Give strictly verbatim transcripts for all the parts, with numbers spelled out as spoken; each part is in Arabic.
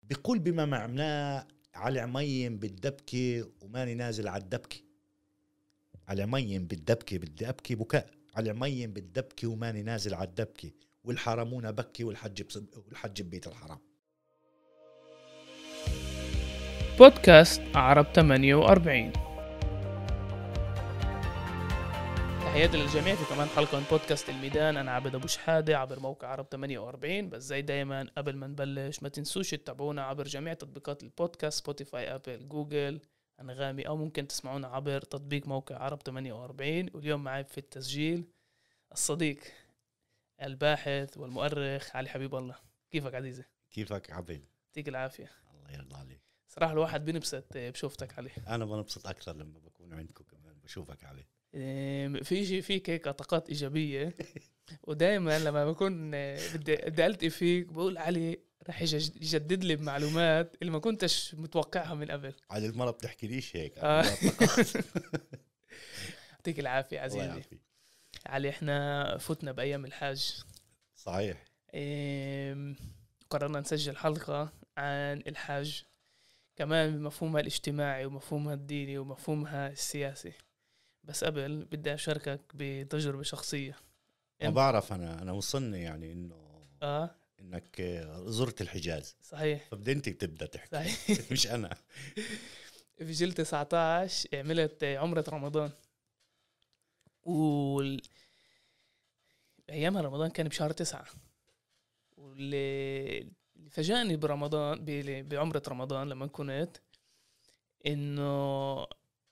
بيقول بما معناه على عميم بالدبكة وماني نازل على الدبكة. على عميم بالدبكة بدي أبكي بكاء، على عميم بالدبكة وماني نازل على الدبكة، والحرمون بكي والحج بصب... والحج ببيت الحرام. بودكاست عرب ثمانية وأربعين. تحياتي للجميع في كمان حلقة من بودكاست الميدان. أنا عبد أبو شحادة عبر موقع عرب ثمانية وأربعين. بس زي دايما قبل ما نبلش ما تنسوش تتابعونا عبر جميع تطبيقات البودكاست، سبوتيفاي، أبل، جوجل، أنغامي، أو ممكن تسمعونا عبر تطبيق موقع عرب ثمانية وأربعين. واليوم معي في التسجيل الصديق الباحث والمؤرخ علي حبيب الله. كيفك عزيزي؟ كيفك عبد؟ يعطيك العافية. الله يرضى عليك. صراحة الواحد بنبسط بشوفتك علي. أنا بنبسط أكثر لما بكون عندكم كمان بشوفك عبد. في شيء فيك هيك طاقات إيجابية ودائما لما بكون بدي بدي ألتقي فيك بقول علي رح يجدد لي بمعلومات اللي ما كنتش متوقعها من قبل. على المرة بتحكي ليش هيك؟ آه. يعطيك العافية عزيزي علي. احنا فتنا بأيام الحاج. صحيح. قررنا نسجل حلقة عن الحاج كمان بمفهومها الاجتماعي ومفهومها الديني ومفهومها السياسي. بس قبل بدي أشاركك بتجربة شخصية. ما بعرف أنا أنا وصلني يعني إنه آه إنك زرت الحجاز. صحيح. فبدي أنت تبدأ تحكي. صحيح. مش أنا. في جيل تسعة عشر عملت عمرة رمضان، وال أيامها رمضان كان بشهر تسعة. واللي فاجأني برمضان بعمرة رمضان لما كنت إنه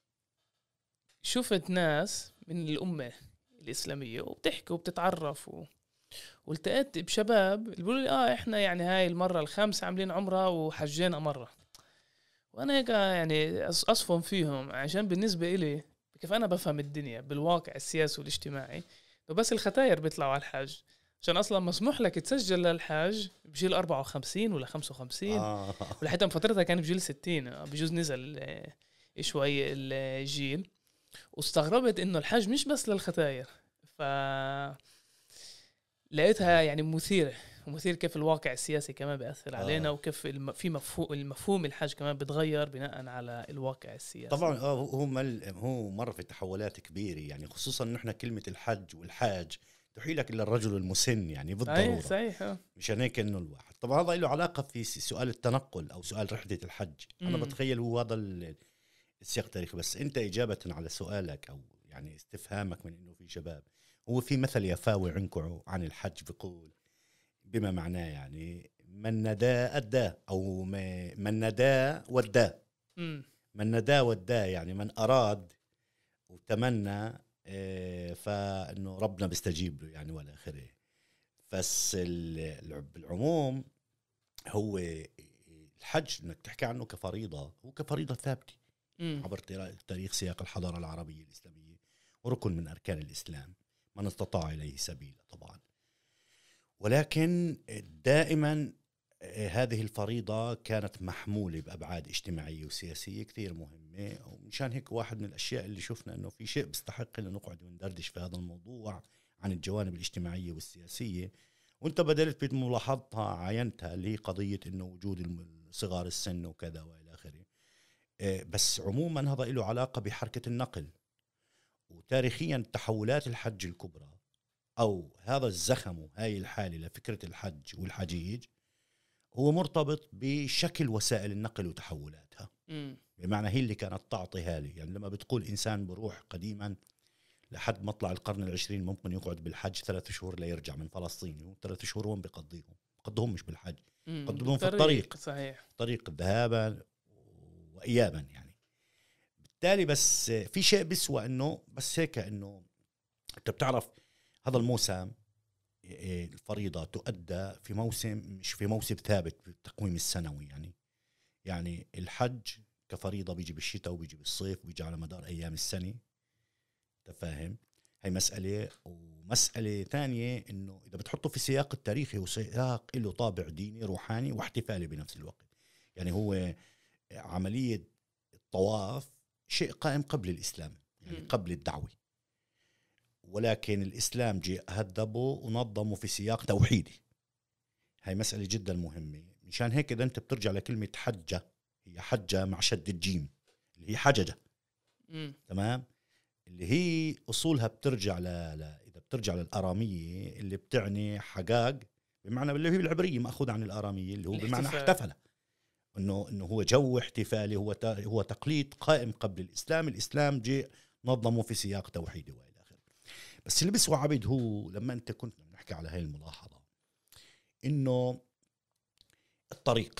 شفت ناس من الأمة الإسلامية وبتحكي وبتتعرف و... والتقيت بشباب اللي بيقولوا لي آه إحنا يعني هاي المرة الخامسة عاملين عمرة وحجينا مرة. وأنا هيك يعني أصفن فيهم عشان بالنسبة إلي كيف أنا بفهم الدنيا بالواقع السياسي والاجتماعي بس الختاير بيطلعوا على الحاج عشان أصلا مسموح لك تسجل للحاج بجيل أربعة وخمسين ولا خمسة وخمسين آه. ولحتى من فترتها كان بجيل ستين، بجوز نزل شوي الجيل. واستغربت إنه الحاج مش بس للختاير، ف لقيتها يعني مثيرة ومثير كيف الواقع السياسي كمان بيأثر علينا. آه. وكيف في مفهوم المفهوم الحاج كمان بتغير بناء على الواقع السياسي. طبعا اه هو مل هو مر في تحولات كبيرة يعني، خصوصا إنه إحنا كلمة الحج والحاج تحيي لك إلا الرجل المسن يعني بالضرورة. صحيح صحيح. مشان هيك إنه الواحد طبعا هذا له علاقة في سؤال التنقل أو سؤال رحلة الحج. م. أنا بتخيل هو هذا السياق التاريخي. بس أنت إجابة على سؤالك أو يعني استفهامك من إنه في شباب، هو في مثل يفاوي عنكو عن الحج بيقول بما معناه يعني من ندى أدى أو من ندى ودى. من ندى ودى يعني من أراد وتمنى إيه فإنه ربنا بيستجيب له يعني ولا آخره. بس بالعموم هو الحج انك تحكي عنه كفريضة، هو كفريضة ثابتة عبر تاريخ سياق الحضارة العربية الإسلامية وركن من أركان الإسلام من استطاع إليه سبيلا طبعا. ولكن دائما هذه الفريضة كانت محمولة بأبعاد اجتماعية وسياسية كثير مهمة. ومشان هيك واحد من الأشياء اللي شفنا أنه في شيء بيستحق أن نقعد وندردش في هذا الموضوع عن الجوانب الاجتماعية والسياسية. وانت بدلت بملاحظتها عينتها اللي هي قضية أنه وجود صغار السن وكذا وإلى آخره. بس عموما هذا له علاقة بحركة النقل. وتاريخيا تحولات الحج الكبرى أو هذا الزخم وهاي الحالة لفكرة الحج والحجيج هو مرتبط بشكل وسائل النقل وتحولاتها. م. بمعنى هي اللي كانت تعطيها لي يعني لما بتقول إنسان بروح قديما لحد مطلع القرن العشرين ممكن يقعد بالحج ثلاث شهور ليرجع من فلسطين، وثلاث شهور وين بيقضيهم؟ بيقضيهم مش بالحج، بيقضيهم في الطريق. صحيح. طريق ذهابا وإيابا يعني. بالتالي بس في شيء بيسوى إنه بس هيك إنه أنت بتعرف هذا الموسم الفريضة تؤدى في موسم مش في موسم ثابت بالتقويم السنوي يعني. يعني الحج كفريضة بيجي بالشتاء وبيجي بالصيف وبيجي على مدار أيام السنة. تفهم؟ هاي مسألة. ومسألة ثانية إنه إذا بتحطه في سياق التاريخي وسياق له طابع ديني روحاني واحتفالي بنفس الوقت. يعني هو عملية الطواف شيء قائم قبل الإسلام يعني قبل الدعوة، ولكن الإسلام جاء هذبه ونظمه في سياق توحيدي. هاي مسألة جدا مهمة مشان هيك إذا أنت بترجع لكلمة حجة، هي حجة مع شد الجيم اللي هي حججة. مم. تمام. اللي هي أصولها بترجع ل... ل... إذا بترجع للآرامية اللي بتعني حقاق، بمعنى اللي هي بالعبرية مأخوذ عن الآرامية اللي هو بمعنى احتفل، إنه إنه هو جو احتفالي، هو ت... هو تقليد قائم قبل الإسلام. الإسلام جاء نظمه في سياق توحيدي وإلى آخره. بس اللي بيسوى عبد هو لما أنت كنت نحكي على هاي الملاحظة إنه الطريق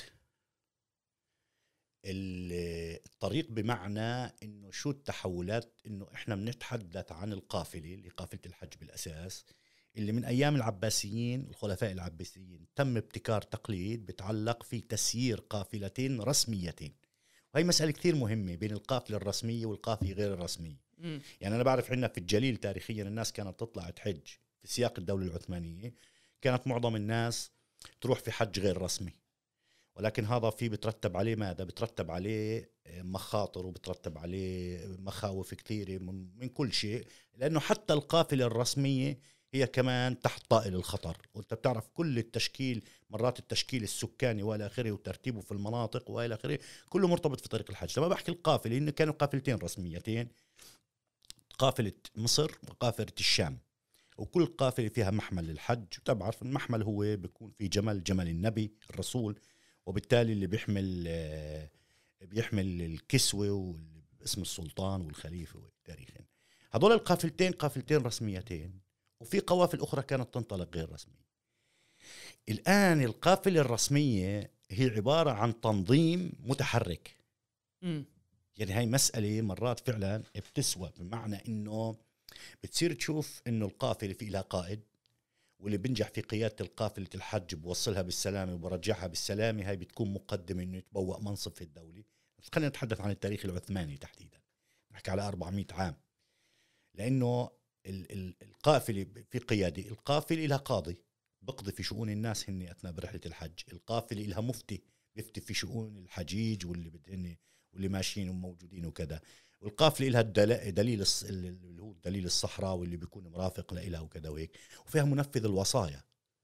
الطريق بمعنى إنه شو التحولات، إنه إحنا بنتحدث عن القافلة اللي قافلة الحج بالأساس، اللي من أيام العباسيين الخلفاء العباسيين تم ابتكار تقليد بتعلق في تسيير قافلتين رسميتين. وهي مسألة كثير مهمة بين القافلة الرسمية والقافلة غير الرسمية. م. يعني أنا بعرف عندنا في الجليل تاريخيا الناس كانت تطلع تحج في سياق الدولة العثمانية، كانت معظم الناس تروح في حج غير رسمي، ولكن هذا فيه بترتب عليه ماذا؟ بترتب عليه مخاطر وبترتب عليه مخاوف كثيرة من كل شيء، لأنه حتى القافلة الرسمية هي كمان تحت طائل الخطر. وانت بتعرف كل التشكيل، مرات التشكيل السكاني والى اخره وترتيبه في المناطق والى اخره كله مرتبط في طريق الحج. لما بحكي القافله انه كانوا قافلتين رسميتين، قافله مصر وقافله الشام، وكل قافله فيها محمل للحج. وتعرف المحمل هو بيكون في جمل جمل النبي الرسول، وبالتالي اللي بيحمل بيحمل الكسوه واسم السلطان والخليفه والتاريخين. هذول القافلتين قافلتين رسميتين، وفي قوافل أخرى كانت تنطلق غير رسمية. الآن القافلة الرسمية هي عبارة عن تنظيم متحرك. م. يعني هاي مسألة مرات فعلا بتسوى، بمعنى إنه بتصير تشوف إنه القافلة في لها قائد، واللي بنجح في قيادة القافلة الحج بوصلها بالسلامة وبرجعها بالسلامة، هاي بتكون مقدمة إنه يتبوأ منصب في الدولة. خلينا نتحدث عن التاريخ العثماني تحديدا، نحكي على أربعمائة عام، لأنه القافلة في قيادة، القافلة لها قاضي بقضي في شؤون الناس هن أثناء برحلة الحج، القافلة لها مفتي بيفتي في شؤون الحجيج واللي بدهن واللي ماشيين وموجودين وكذا، والقافلة لها دليل اللي هو الدليل الصحراوي واللي بيكون مرافق لها وكذا وهيك، وفيها منفذ الوصايا.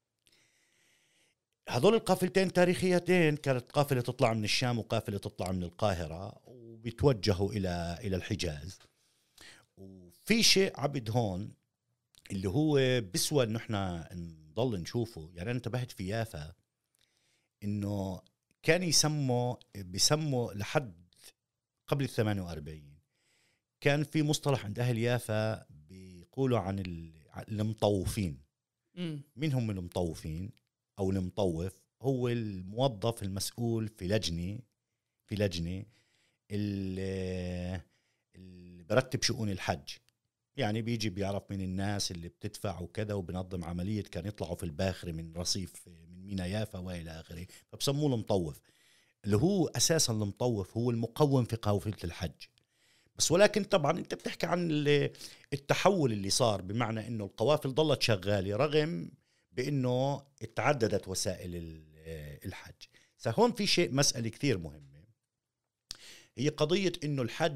هذول القافلتين تاريخيتين كانت قافلة تطلع من الشام وقافلة تطلع من القاهرة وبيتوجهوا إلى إلى الحجاز. وفي شيء عبد هون اللي هو بسوى انه احنا نضل نشوفه. يعني انا انتبهت في يافا انه كان يسموا بيسموا لحد قبل الثمانية وأربعين كان في مصطلح عند اهل يافا بيقولوا عن المطوفين. مين هم المطوفين او المطوف؟ هو الموظف المسؤول في لجنة في لجنة اللي برتب شؤون الحج. يعني بيجي بيعرف من الناس اللي بتدفع وكذا، وبنظم عملية. كان يطلعوا في الباخرة من رصيف من مينا يافا وإلى آخره، فبسموه المطوف، اللي هو أساسا المطوف هو المقوم في قافلة الحج. بس ولكن طبعا أنت بتحكي عن التحول اللي صار، بمعنى إنه القوافل ضلت شغالة رغم بإنه اتعددت وسائل الحج. فهون في شيء مسألة كثير مهمة، هي قضية إنه الحج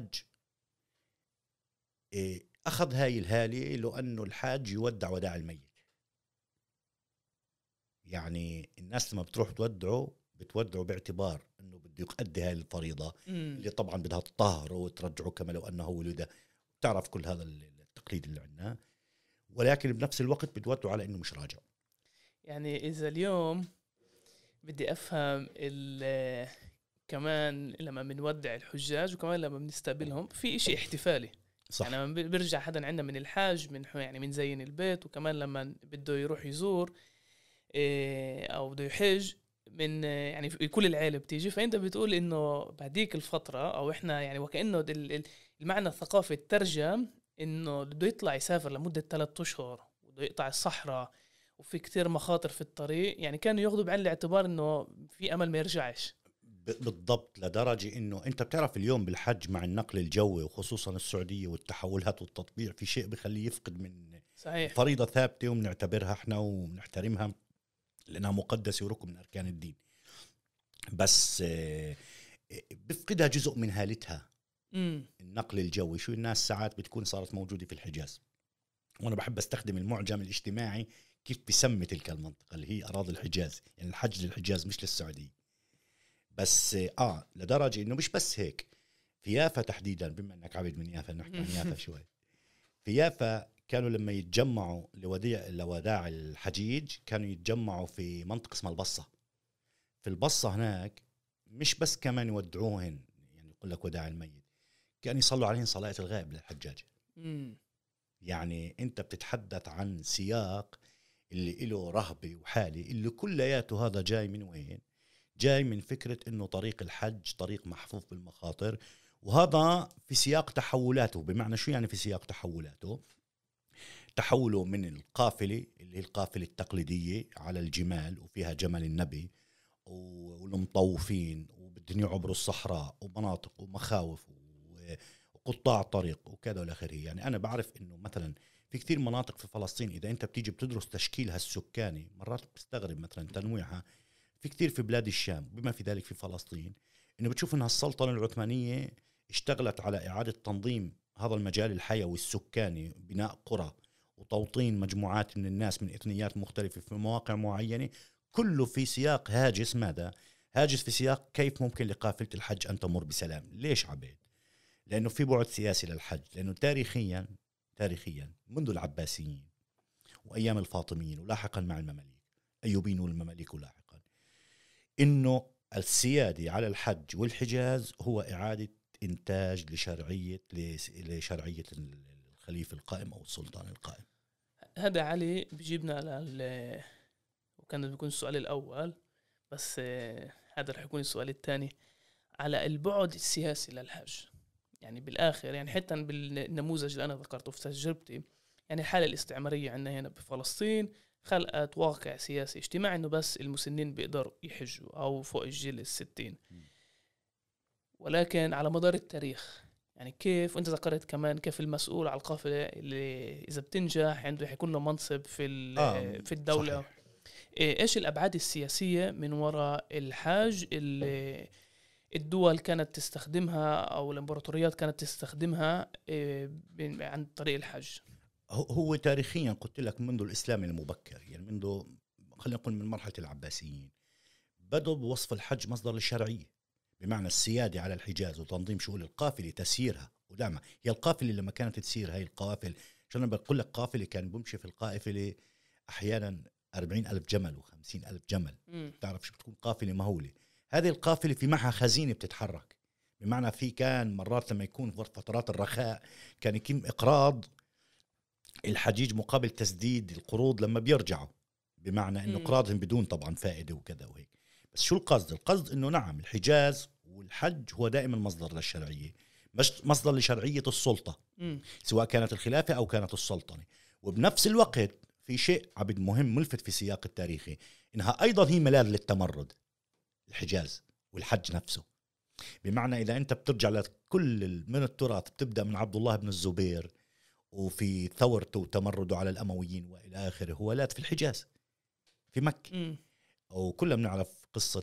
أخذ هاي الهالة لأنه الحاج يودع وداع الميت. يعني الناس لما بتروح تودعه بتودعه باعتبار أنه بده يؤدي هاي الفريضة مم. اللي طبعا بدها تطهره وترجعه كما لو أنه ولده. تعرف كل هذا التقليد اللي عندنا، ولكن بنفس الوقت بتودعه على أنه مش راجع. يعني إذا اليوم بدي أفهم كمان لما بنودع الحجاج وكمان لما بنستقبلهم في إشي احتفالي، صح. يعني لما بيرجع حدا عندنا من الحاج من يعني من زين البيت، وكمان لما بده يروح يزور إيه او بده يحج من يعني كل العائله بتيجي. فانت بتقول انه بعديك الفتره او احنا يعني وكانه المعنى الثقافي الترجم انه بده يطلع يسافر لمده ثلاثة اشهر وبده يقطع الصحراء وفي كتير مخاطر في الطريق، يعني كانوا ياخذوا بعين الاعتبار انه في امل ما يرجعش. بالضبط، لدرجة إنه أنت بتعرف اليوم بالحج مع النقل الجوي وخصوصا السعودية والتحولات والتطبيع في شيء بخليه يفقد من صحيح. فريضة ثابتة وبنعتبرها إحنا وبنحترمها لأنها مقدسة وركن من أركان الدين، بس بفقدها جزء من هالتها. م. النقل الجوي شو الناس ساعات بتكون صارت موجودة في الحجاز، وأنا بحب أستخدم المعجم الاجتماعي كيف بسمي تلك المنطقة اللي هي أراضي الحجاز. يعني الحج للحجاز مش للسعودية. بس اه لدرجه انه مش بس هيك. في يافا تحديدا، بما انك عبد من يافا نحكي عن يافا شوي. في يافا كانوا لما يتجمعوا لوديع لوداع الحجيج كانوا يتجمعوا في منطقه اسمها البصه. في البصه هناك مش بس كمان يودعوهن، يعني يقول لك وداع الميت، كانوا يصلوا عليهم صلاه الغائب للحجاج. مم. يعني انت بتتحدث عن سياق اللي له رهبه وحاله، اللي كلياته هذا جاي من وين؟ جاي من فكره انه طريق الحج طريق محفوف بالمخاطر، وهذا في سياق تحولاته. بمعنى شو يعني في سياق تحولاته؟ تحوله من القافله اللي هي القافله التقليديه على الجمال وفيها جمل النبي والمطوفين وبدهم يعبروا الصحراء ومناطق ومخاوف وقطاع طريق وكذا والى اخره. يعني انا بعرف انه مثلا في كثير مناطق في فلسطين اذا انت بتيجي بتدرس تشكيلها السكاني مرات بتستغرب مثلا تنويعها. في كثير في بلاد الشام بما في ذلك في فلسطين انه بتشوف انها السلطنه العثمانيه اشتغلت على اعاده تنظيم هذا المجال الحيوي السكاني، بناء قرى وتوطين مجموعات من الناس من اثنيات مختلفه في مواقع معينه، كله في سياق هاجس. ماذا؟ هاجس في سياق كيف ممكن لقافله الحج ان تمر بسلام. ليش عبيد؟ لانه في بعد سياسي للحج، لانه تاريخيا تاريخيا منذ العباسيين وايام الفاطميين ولاحقا مع المماليك، ايوبيين والمماليك ولاحقا، انه السياده على الحج والحجاز هو اعاده انتاج لشرعيه لشرعيه الخليفه القائم او السلطان القائم. هذا علي بيجيبنا لل وكان بيكون السؤال الاول، بس هذا رح يكون السؤال الثاني على البعد السياسي للحج. يعني بالاخر يعني حتى بالنموذج اللي انا ذكرته في تجربتي، يعني الحاله الاستعماريه عندنا هنا بفلسطين خلقت واقع سياسي اجتماعي انه بس المسنين بيقدروا يحجوا او فوق الجيل الستين. ولكن على مدار التاريخ يعني كيف، وانت ذكرت كمان كيف المسؤول على القافله اللي اذا بتنجح عنده حيكون له منصب في آه في الدوله، صحيح. ايش الابعاد السياسيه من وراء الحاج اللي الدول كانت تستخدمها او الامبراطوريات كانت تستخدمها عن طريق الحج؟ هو تاريخيا قلت لك منذ الاسلام المبكر، يعني منذ خلينا نقول من مرحله العباسيين بدأوا بوصف الحج مصدر للشرعيه، بمعنى السياده على الحجاز وتنظيم شؤون القافله تسييرها ودعمها. هي القافله لما كانت تسير هاي القوافل، عشان انا بقول لك قافله كان بمشي في القافله احيانا أربعين ألف جمل وخمسين ألف جمل. م. تعرف شو بتكون قافله مهوله. هذه القافله في معها خزينه بتتحرك، بمعنى في كان مرات لما يكون في فترات الرخاء كان يكون اقراض الحجيج مقابل تسديد القروض لما بيرجعوا، بمعنى انه قراضهم بدون طبعا فائده وكذا وهيك. بس شو القصد؟ القصد انه نعم الحجاز والحج هو دائما مصدر للشرعيه، مش مصدر لشرعيه السلطه م. سواء كانت الخلافه او كانت السلطنه. وبنفس الوقت في شيء عبد مهم ملفت في سياق التاريخي، انها ايضا هي ملاذ للتمرد، الحجاز والحج نفسه. بمعنى اذا انت بترجع لكل من التراث بتبدا من عبد الله بن الزبير وفي ثورته وتمرده على الامويين والى اخره، هو لات في الحجاز في مكه م. وكلنا بنعرف قصه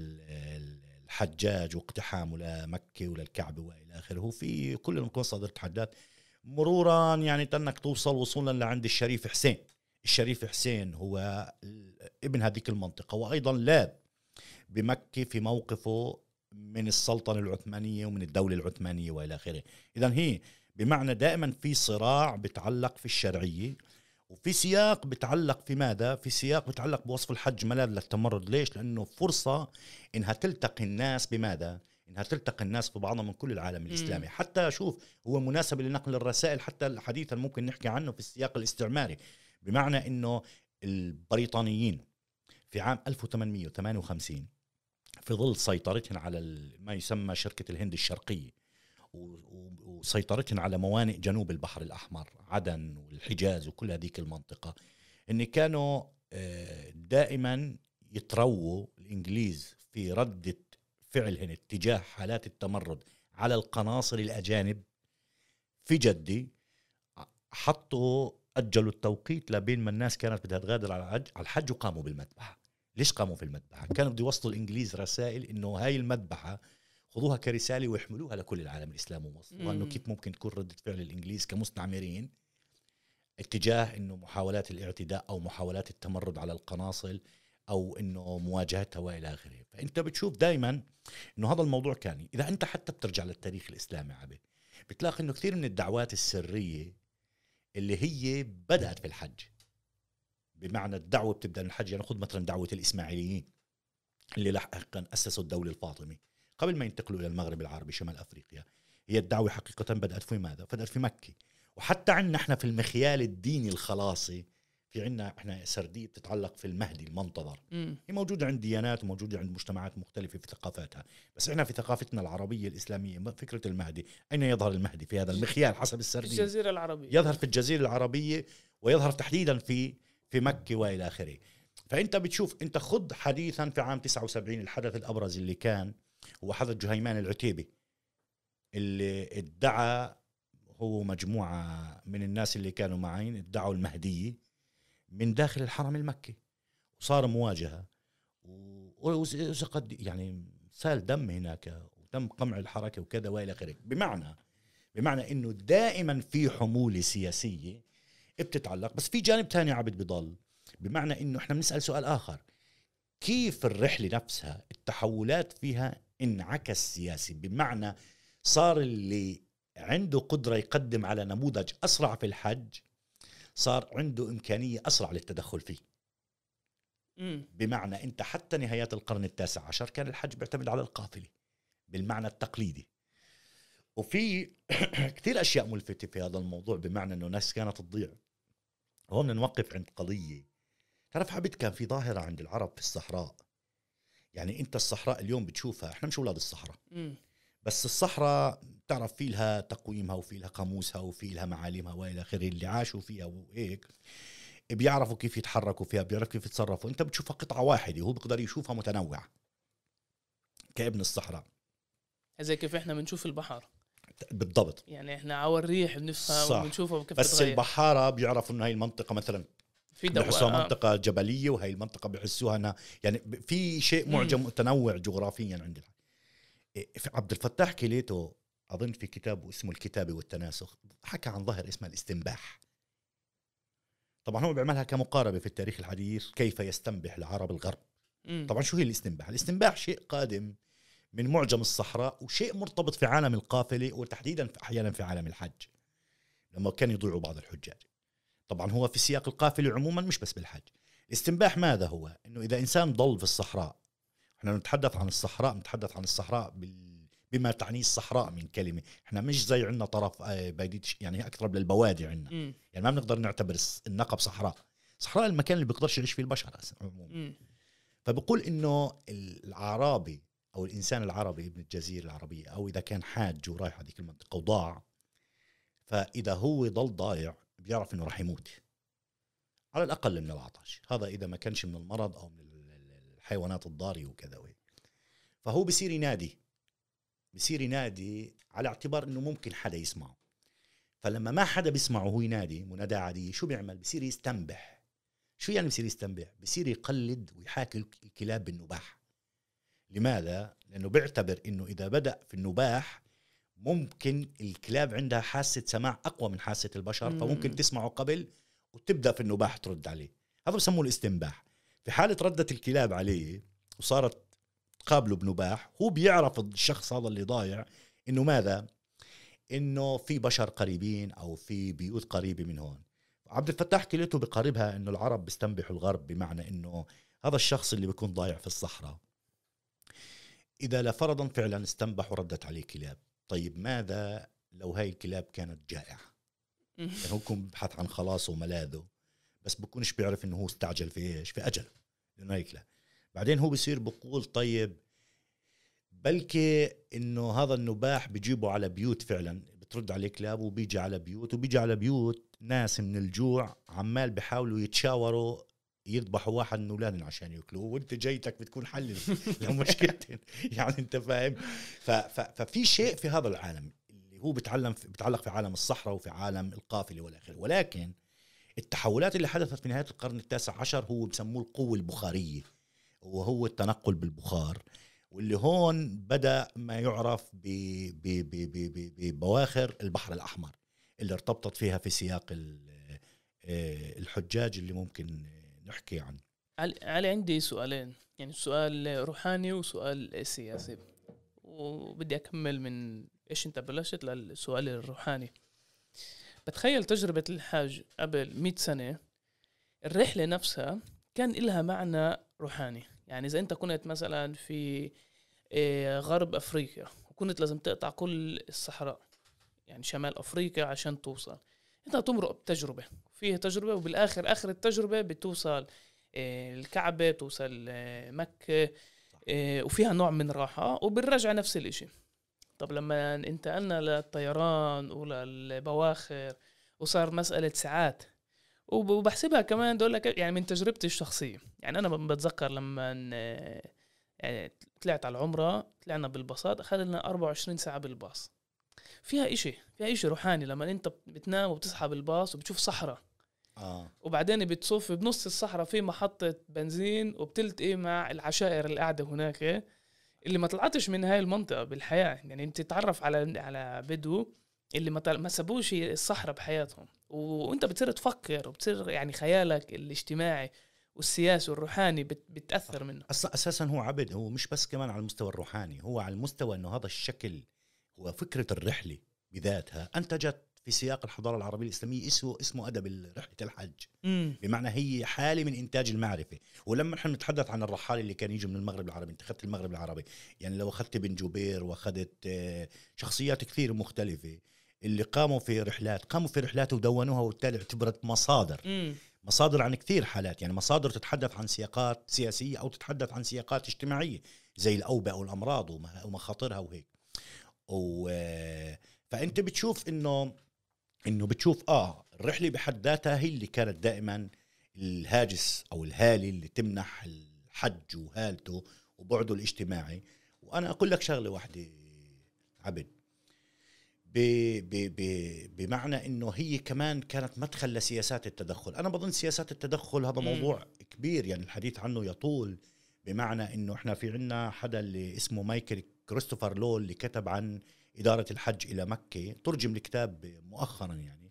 الحجاج واقتحامه لمكه وللكعبه والى اخره في كل المصادر تحدث مرورا، يعني تنك توصل وصولا لعند الشريف حسين. الشريف حسين هو ابن هذيك المنطقه، وايضا لاذ بمكه في موقفه من السلطنه العثمانيه ومن الدوله العثمانيه والى اخره. اذا هي بمعنى دائما في صراع بتعلق في الشرعيه، وفي سياق بتعلق في ماذا؟ في سياق بتعلق بوصف الحج ملاذ للتمرد. ليش؟ لانه فرصه انها تلتقي الناس بماذا؟ انها تلتقي الناس ببعضها من كل العالم الاسلامي. حتى شوف هو مناسب لنقل الرسائل، حتى حديثا ممكن نحكي عنه في السياق الاستعماري، بمعنى انه البريطانيين في عام ألف وثمانمئة وثمانية وخمسين في ظل سيطرتهم على ما يسمى شركة الهند الشرقية وسيطرتهم على موانئ جنوب البحر الأحمر، عدن والحجاز وكل هذيك المنطقة، إن كانوا دائما يترووا الإنجليز في ردة فعلهم اتجاه حالات التمرد على القناصل الأجانب في جدي. حطوا أجلوا التوقيت لبين ما الناس كانت بدها تغادر على الحج وقاموا بالمذبحة. ليش قاموا في المذبحة؟ كانوا بده يوصلوا الإنجليز رسائل إنه هاي المذبحة خذوها كرسالة ويحملوها لكل العالم الإسلامي ومصر، وأنه كيف ممكن تكون ردة فعل الإنجليز كمستعمرين اتجاه إنه محاولات الاعتداء أو محاولات التمرد على القناصل أو إنه مواجهتها وإلى آخره. فأنت بتشوف دائما إنه هذا الموضوع كان، إذا أنت حتى بترجع للتاريخ الإسلامي عبد بتلاقي إنه كثير من الدعوات السرية اللي هي بدأت في الحج، بمعنى الدعوة بتبدأ من الحج. يعني خذ مثلا دعوة الإسماعيليين اللي لاحقا أسسوا الدولة الفاطمي قبل ما ينتقلوا إلى المغرب العربي شمال أفريقيا. هي الدعوة حقيقة بدأت في ماذا؟ بدأت في مكة. وحتى عندنا احنا في المخيال الديني الخلاصي في عندنا احنا سردية بتتعلق في المهدي المنتظر. مم. هي موجودة عند ديانات وموجودة عند مجتمعات مختلفة في ثقافاتها، بس احنا في ثقافتنا العربية الإسلامية فكرة المهدي، أين يظهر المهدي في هذا المخيال حسب السردية؟ الجزيرة العربية. يظهر في الجزيرة العربية، ويظهر تحديدا في في مكة وإلى آخره. فأنت بتشوف، أنت خذ حديثا في عام تسعة وسبعين الحدث الأبرز اللي كان هو حدث جهيمان العتيبي، اللي ادعى هو مجموعة من الناس اللي كانوا معين ادعوا المهدية من داخل الحرم المكي، وصار مواجهة وقد يعني سال دم هناك وتم قمع الحركة وكذا وإلى آخره. بمعنى بمعنى إنه دائما في حمولة سياسية بتتعلق، بس في جانب تاني عبد بضل، بمعنى إنه إحنا بنسأل سؤال آخر: كيف الرحلة نفسها التحولات فيها انعكس سياسي؟ بمعنى صار اللي عنده قدرة يقدم على نموذج أسرع في الحج صار عنده إمكانية أسرع للتدخل فيه. مم. بمعنى أنت حتى نهايات القرن التاسع عشر كان الحج بيعتمد على القافلة بالمعنى التقليدي. وفي كثير أشياء ملفتة في هذا الموضوع، بمعنى أنه ناس كانت تضيع. هون نوقف عند قضية. تعرف عبد، كان في ظاهرة عند العرب في الصحراء. يعني أنت الصحراء اليوم بتشوفها، إحنا مش أولاد الصحراء، مم. بس الصحراء تعرف في لها تقويمها وفي لها قاموسها وفي لها معالمها وإلى آخره. اللي عاشوا فيها وهيك بيعرفوا كيف يتحركوا فيها، بيعرفوا كيف يتصرفوا. أنت بتشوفها قطعة واحدة وهو بيقدر يشوفها متنوعة كابن الصحراء، زي كيف إحنا بنشوف البحر بالضبط. يعني إحنا على الريح بنفهم وبنشوفه كيف بس بتغير. البحارة بيعرفوا إنه هاي المنطقة مثلا في بحسوها آه. منطقة جبلية، وهي المنطقة بحسوها أنا يعني في شيء معجم متنوع جغرافيا عندنا. عبد الفتاح كليتو أظن في كتابه اسمه الكتابة والتناسخ حكى عن ظاهرة اسمها الاستنباح. طبعا هو بيعملها كمقاربة في التاريخ الحديث كيف يستنبح العرب الغرب. مم. طبعا شو هي الاستنباح؟ الاستنباح شيء قادم من معجم الصحراء، وشيء مرتبط في عالم القافلة، وتحديدا أحيانا في عالم الحج لما كان يضيعوا بعض الحجاج. طبعا هو في سياق القافلة عموما مش بس بالحج. الاستنباح ماذا هو؟ إنه إذا إنسان ضل في الصحراء، احنا نتحدث عن الصحراء نتحدث عن الصحراء بال... بما تعنيه الصحراء من كلمة. احنا مش زي عندنا طرف بيديت، يعني أقرب للبوادي عندنا. مم. يعني ما بنقدر نعتبر النقب صحراء. صحراء المكان اللي بيقدرش يعيش فيه البشر عموما. فبقول إنه الأعرابي أو الإنسان العربي ابن الجزيرة العربية، أو إذا كان حاج ورايح هذيك المنطقة وضاع، فإذا هو ضل ضايع بيعرف إنه راح يموت على الأقل من العطش، هذا إذا ما كانش من المرض أو من الحيوانات الضارية وكذا. فهو بصير ينادي بصير ينادي على اعتبار إنه ممكن حدا يسمعه. فلما ما حدا بيسمعه هو ينادي مناداة عادية، شو بيعمل؟ بصير يستنبح. شو يعني بصير يستنبح؟ بصير يقلد ويحاكي الكلاب بالنباح. لماذا؟ لأنه بيعتبر إنه إذا بدأ في النباح ممكن الكلاب عندها حاسة سماع أقوى من حاسة البشر، فممكن تسمعه قبل وتبدأ في النباح ترد عليه. هذا بسموه الاستنباح. في حالة ردت الكلاب عليه وصارت قابله بنباح، هو بيعرف الشخص هذا اللي ضايع إنه ماذا؟ إنه في بشر قريبين أو في بيوت قريبة من هون. عبد الفتاح كليته بقاربها إنه العرب بيستنبحوا الغرب، بمعنى إنه هذا الشخص اللي بيكون ضايع في الصحراء إذا لفرضا فعلا استنبح وردت عليه كلاب، طيب ماذا لو هاي الكلاب كانت جائعة؟ يعني هو بكون ببحث عن خلاصه وملاذه، بس بكونش بيعرف إنه هو استعجل في إيش؟ في أجله، لأنه هيك لا. بعدين هو بيصير بقول طيب بلكي إنه هذا النباح بيجيبه على بيوت فعلا بترد عليه كلاب، وبيجي على بيوت وبيجي على بيوت ناس من الجوع عمال بيحاولوا يتشاوروا يذبحوا واحد من أولادهم عشان يأكلوه، وانت جايتك بتكون حل لمشكلتين. يعني انت فاهم؟ ففي شيء في هذا العالم اللي هو بتعلم بتعلق في عالم الصحراء وفي عالم القافلة والآخر. ولكن التحولات اللي حدثت في نهاية القرن التاسع عشر هو بسموه القوة البخارية، وهو التنقل بالبخار، واللي هون بدأ ما يعرف ببواخر البحر الأحمر اللي ارتبطت فيها في سياق الحجاج اللي ممكن نحكي عنه. علي, علي عندي سؤالين، يعني سؤال روحاني وسؤال سياسي، وبدي أكمل من إيش أنت بلشت للسؤال الروحاني. بتخيل تجربة الحج قبل مئة سنة، الرحلة نفسها كان إلها معنى روحاني. يعني إذا أنت كنت مثلا في غرب أفريقيا وكنت لازم تقطع كل الصحراء، يعني شمال أفريقيا، عشان توصل، أنت تمرق بتجربة، فيها تجربة، وبالآخر آخر التجربة بتوصل الكعبة، توصل مكة، وفيها نوع من راحة، وبالرجع نفس الاشي. طب لما انتقلنا للطيران وللبواخر وصار مسألة ساعات، وبحسبها كمان دول لك يعني من تجربتي الشخصية. يعني أنا بتذكر لما يعني طلعت على العمرة، طلعنا بالباصات، أخذ لنا أربعة وعشرين ساعة بالباص. فيها إشي فيها إشي روحاني لما أنت بتنام وبتصحى بالباص وبتشوف صحراء، آه. وبعدين بتصف بنص الصحراء في محطة بنزين، وبتلتقي مع العشائر اللي قاعدة هناك اللي ما طلعتش من هاي المنطقة بالحياة. يعني انت تتعرف على على بدو اللي ما ما سابوش الصحراء بحياتهم، وانت بتصير تفكر وبتصير يعني خيالك الاجتماعي والسياسي والروحاني بت بتأثر منه. أصلا أساسا هو عبد، هو مش بس كمان على المستوى الروحاني، هو على المستوى أنه هذا الشكل، هو فكرة الرحلة بذاتها أنتجت في سياق الحضارة العربية الإسلامية اسمه اسمه أدب رحلة الحج. مم. بمعنى هي حالة من إنتاج المعرفة. ولما نحن نتحدث عن الرحالة اللي كان يجي من المغرب العربي، انت أخذت المغرب العربي، يعني لو أخذت بن جبير وأخذت شخصيات كثير مختلفة اللي قاموا في رحلات قاموا في رحلات ودونوها، وبالتالي اعتبرت مصادر مم. مصادر عن كثير حالات. يعني مصادر تتحدث عن سياقات سياسية أو تتحدث عن سياقات اجتماعية زي الأوبئة والأمراض ومخاطرها وهيك. فأنت بتشوف إنه إنه بتشوف آه الرحلة بحد ذاتها هي اللي كانت دائما الهاجس أو الهالي اللي تمنح الحج وهالته وبعده الاجتماعي. وأنا أقول لك شغلة واحدة عبد، ب ب ب بمعنى إنه هي كمان كانت مدخل لسياسات التدخل. أنا بظن سياسات التدخل هذا موضوع كبير، يعني الحديث عنه يطول، بمعنى إنه إحنا في عنا حدا اللي اسمه مايكل كريستوفر لول اللي كتب عن إدارة الحج إلى مكة، ترجم الكتاب مؤخرا يعني،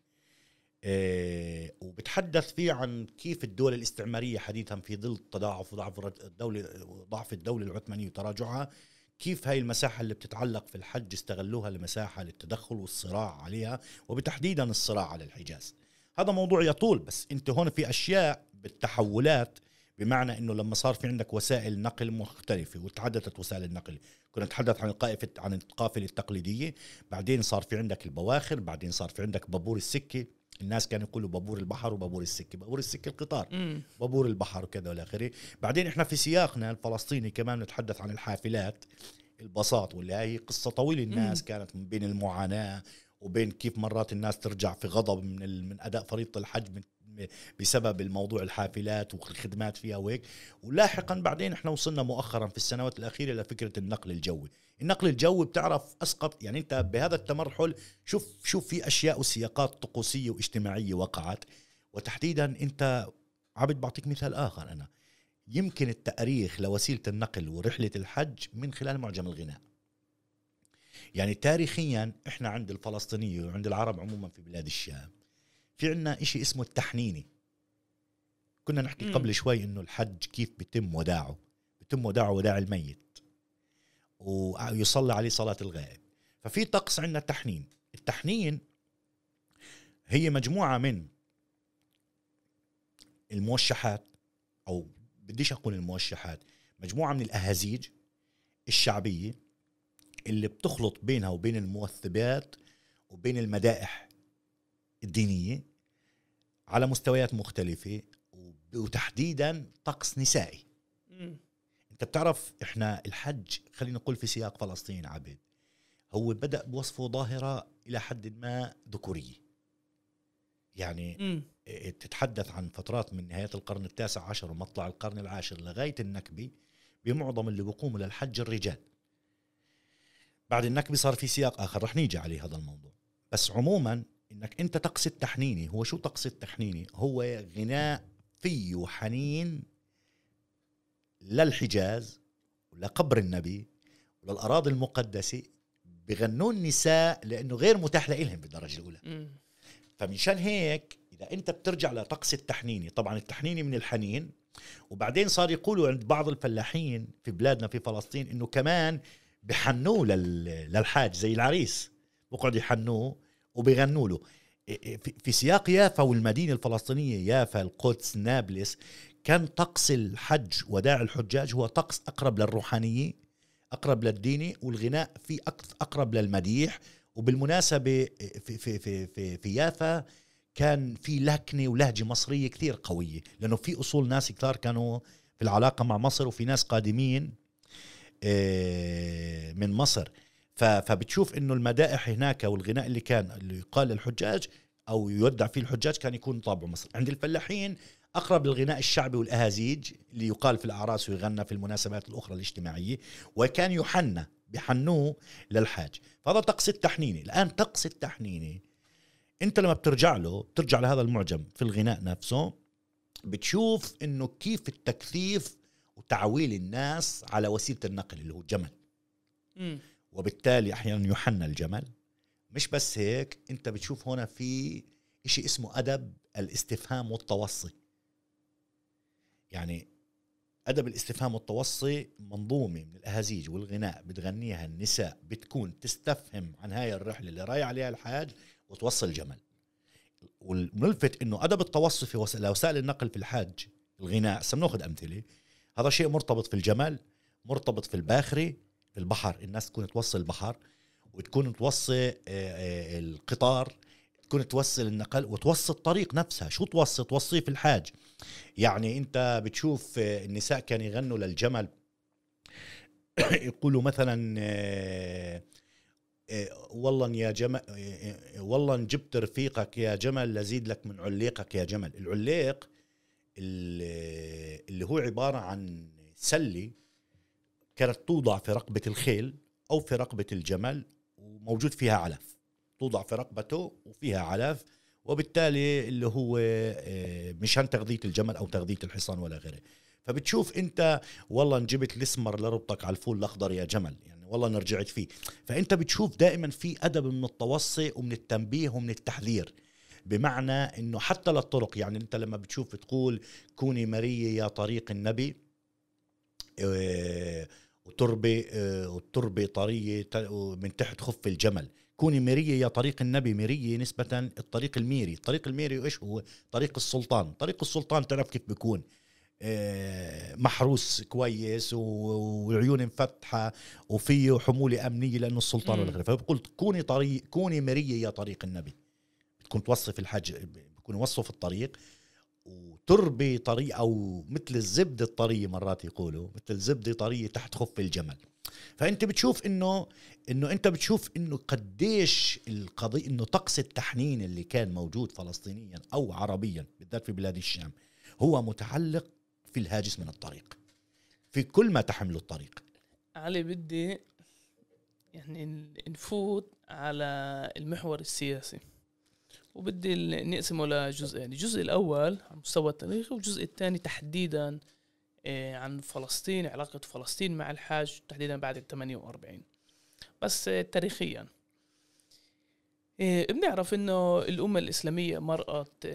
إيه وبتحدث فيه عن كيف الدول الاستعمارية حديثا في ظل تضاعف ضعف الدولة ضعف الدولة العثمانية وتراجعها، كيف هاي المساحة اللي بتتعلق في الحج استغلوها لمساحة للتدخل والصراع عليها، وبتحديدا الصراع على الحجاز. هذا موضوع يطول، بس انت هون في أشياء بالتحولات، بمعنى انه لما صار في عندك وسائل نقل مختلفة وتعددت وسائل النقل، كنا نتحدث عن القائفة عن القافلة التقليدية، بعدين صار في عندك البواخر، بعدين صار في عندك بابور السكة، الناس كانوا يقولوا بابور البحر وبابور السكة، بابور السكة القطار، مم. بابور البحر وكذا والى اخره. بعدين احنا في سياقنا الفلسطيني كمان نتحدث عن الحافلات، البساط، واللي هي قصة طويلة. الناس مم. كانت من بين المعاناة وبين كيف مرات الناس ترجع في غضب من من أداء فريضة الحج من بسبب الموضوع الحافلات والخدمات فيها وهيك. ولاحقا بعدين احنا وصلنا مؤخرا في السنوات الأخيرة لفكرة النقل الجوي. النقل الجوي بتعرف أسقط، يعني انت بهذا التمرحل شوف شوف في أشياء وسياقات طقوسية واجتماعية وقعت. وتحديدا انت عبد بعطيك مثال آخر، أنا يمكن التاريخ لوسيلة النقل ورحلة الحج من خلال معجم الغناء. يعني تاريخيا احنا عند الفلسطينية وعند العرب عموما في بلاد الشام في عنا اشي اسمه التحنيني. كنا نحكي مم. قبل شوي انه الحج كيف بيتم وداعه، بيتم وداعه وداع الميت ويصلى عليه صلاة الغائب. ففي طقس عنا التحنين. التحنين هي مجموعة من الموشحات، او بديش اقول الموشحات، مجموعة من الاهازيج الشعبية اللي بتخلط بينها وبين الموثبات وبين المدائح الدينية على مستويات مختلفة، وتحديدا طقس نسائي. مم. انت بتعرف احنا الحج خلينا نقول في سياق فلسطين عبد، هو بدأ بوصفه ظاهرة الى حد ما ذكورية. يعني مم. تتحدث عن فترات من نهاية القرن التاسع عشر ومطلع القرن العاشر لغاية النكبة بمعظم اللي بيقوموا للحج الرجال. بعد النكبة صار في سياق آخر رح نيجي عليه هذا الموضوع. بس عموما انك انت طقس التحنيني، هو شو طقس التحنيني؟ هو غناء فيه حنين للحجاز ولقبر النبي وللأراضي المقدسة، بغنون النساء لأنه غير متاح لهم بالدرجة الأولى. مم. فمنشان هيك إذا أنت بترجع لطقس التحنيني، طبعا التحنيني من الحنين، وبعدين صار يقولوا عند بعض الفلاحين في بلادنا في فلسطين إنه كمان بحنوه للحاج زي العريس، بقعد يحنوه وبيغنوا له. في سياق يافا والمدينة الفلسطينية يافا القدس نابلس كان طقس الحج وداع الحجاج هو طقس أقرب للروحانية، أقرب للديني، والغناء فيه أقرب للمديح. وبالمناسبة في, في, في, في, في يافا كان في لكنة ولهجة مصرية كثير قوية، لأنه في أصول ناس كثار كانوا في العلاقة مع مصر، وفي ناس قادمين من مصر. فبتشوف إنه المدائح هناك والغناء اللي كان اللي يقال للحجاج أو يودع فيه الحجاج كان يكون طابع مصر. عند الفلاحين أقرب للغناء الشعبي والأهازيج اللي يقال في الأعراس ويغنى في المناسبات الأخرى الاجتماعية، وكان يحنى بحنوه للحاج. فهذا طقس التحنيني. الآن طقس التحنيني أنت لما بترجع له بترجع لهذا المعجم في الغناء نفسه، بتشوف إنه كيف التكثيف وتعويل الناس على وسيلة النقل اللي هو الجمل، م. وبالتالي أحيانا يحنى الجمل. مش بس هيك، أنت بتشوف هنا في إشي اسمه أدب الاستفهام والتوصي. يعني أدب الاستفهام والتوصي منظومة من الأهازيج والغناء بتغنيها النساء، بتكون تستفهم عن هاي الرحلة اللي رايح عليها الحاج وتوصل الجمل. والملفت إنه أدب التوصي في وسائل النقل في الحاج الغناء، سنأخذ أمثلة، هذا شيء مرتبط في الجمل، مرتبط في الباخري في البحر، الناس تكون توصل البحر وتكون توصي القطار، تكون توصل النقل وتوصي الطريق نفسها. شو توصي؟ توصيه في الحاج. يعني انت بتشوف النساء كان يغنوا للجمل يقولوا مثلا والله يا جمل، والله جبت رفيقك يا جمل لزيد لك من عليقك يا جمل. العليق اللي هو عبارة عن سلة كانت توضع في رقبة الخيل أو في رقبة الجمل وموجود فيها علف، توضع في رقبته وفيها علف، وبالتالي اللي هو مشان تغذية الجمل أو تغذية الحصان ولا غيره. فبتشوف أنت والله نجبت الاسمر لربطك على الفول الأخضر يا جمل، يعني والله نرجعت فيه. فأنت بتشوف دائما في أدب من التوصي ومن التنبيه ومن التحذير، بمعنى أنه حتى للطرق. يعني أنت لما بتشوف تقول كوني مرية يا طريق النبي وتربي وتربي طرية من تحت خف الجمل، كوني مرية يا طريق النبي. مرية نسبة الطريق الميري. الطريق الميري إيش هو؟ طريق السلطان. طريق السلطان تعرف كيف بيكون محروس كويس وعيون مفتحة وفيه حمولة أمنية لأنه السلطان ولا غيره. فبقول كوني طريق كوني مرية يا طريق النبي، بتكون توصف الحج، بيكون وصف الطريق. وتربي طريق أو مثل الزبدة الطرية، مرات يقولوا مثل الزبدة طرية تحت خف الجمل. فأنت بتشوف إنه إنه أنت بتشوف إنه قديش القضية، إنه طقس التحنين اللي كان موجود فلسطينيا أو عربيا بالذات في بلاد الشام هو متعلق في الهاجس من الطريق، في كل ما تحمله الطريق. علي بدي يعني نفوت على المحور السياسي، وبدي نقسمه لجزئين. يعني الجزء الأول عن مستوى التاريخي، والجزء الثاني تحديدا عن فلسطين، علاقة فلسطين مع الحاج تحديدا بعد الثمانية وأربعين. بس تاريخيا بنعرف إنه الأمة الإسلامية مرقت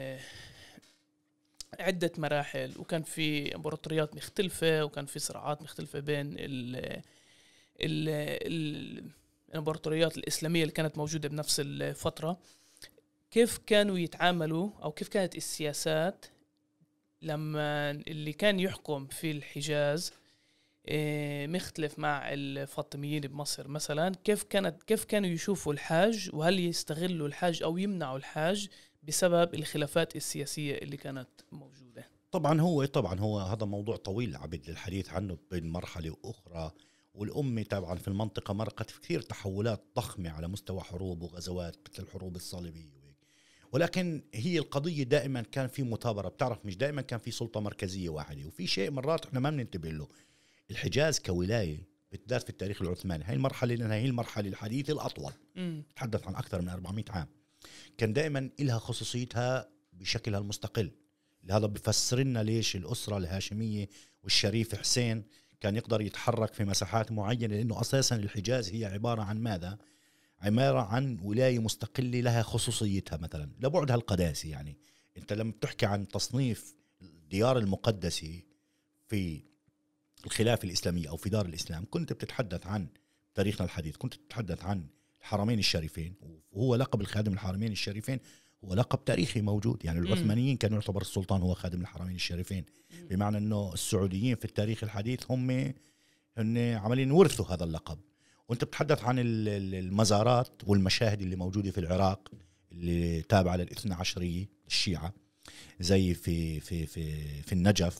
عدة مراحل، وكان في إمبراطوريات مختلفة، وكان في صراعات مختلفة بين ال ال الإمبراطوريات الإسلامية اللي كانت موجودة بنفس الفترة. كيف كانوا يتعاملوا أو كيف كانت السياسات لما اللي كان يحكم في الحجاز مختلف مع الفاطميين بمصر مثلا؟ كيف كانت كيف كانوا يشوفوا الحاج، وهل يستغلوا الحاج أو يمنعوا الحاج بسبب الخلافات السياسية اللي كانت موجودة؟ طبعا هو طبعا هو هذا موضوع طويل عبد للحديث عنه بين مرحلة وأخرى. والأمة طبعا في المنطقة مرقت في كثير تحولات ضخمة على مستوى حروب وغزوات مثل الحروب الصليبية، ولكن هي القضية دائما كان في مثابرة. بتعرف مش دائما كان في سلطة مركزية واحدة، وفي شيء مرات احنا ما بننتبه له. الحجاز كولاية بالذات في التاريخ العثماني، هاي المرحلة لأنها هي المرحلة الحديثة الأطول، تحدث عن أكثر من أربعمائة عام، كان دائما إلها خصوصيتها بشكلها المستقل. هذا بفسر لنا ليش الأسرة الهاشمية والشريف حسين كان يقدر يتحرك في مساحات معينة، لأنه أساسا الحجاز هي عبارة عن ماذا؟ عبارة عن ولاية مستقلة لها خصوصيتها مثلا لبعدها القداسي. يعني أنت لما بتحكي عن تصنيف الديار المقدسة في الخلافة الإسلامية أو في دار الإسلام، كنت بتتحدث عن تاريخنا الحديث، كنت تتحدث عن الحرمين الشريفين، وهو لقب الخادم الحرمين الشريفين هو لقب تاريخي موجود. يعني العثمانيين كانوا يعتبر السلطان هو خادم الحرمين الشريفين، بمعنى أنه السعوديين في التاريخ الحديث هم هن عملين ورثوا هذا اللقب. وانت بتتحدث عن المزارات والمشاهد اللي موجودة في العراق اللي تابعة للاثنى عشرية الشيعة، زي في في في في النجف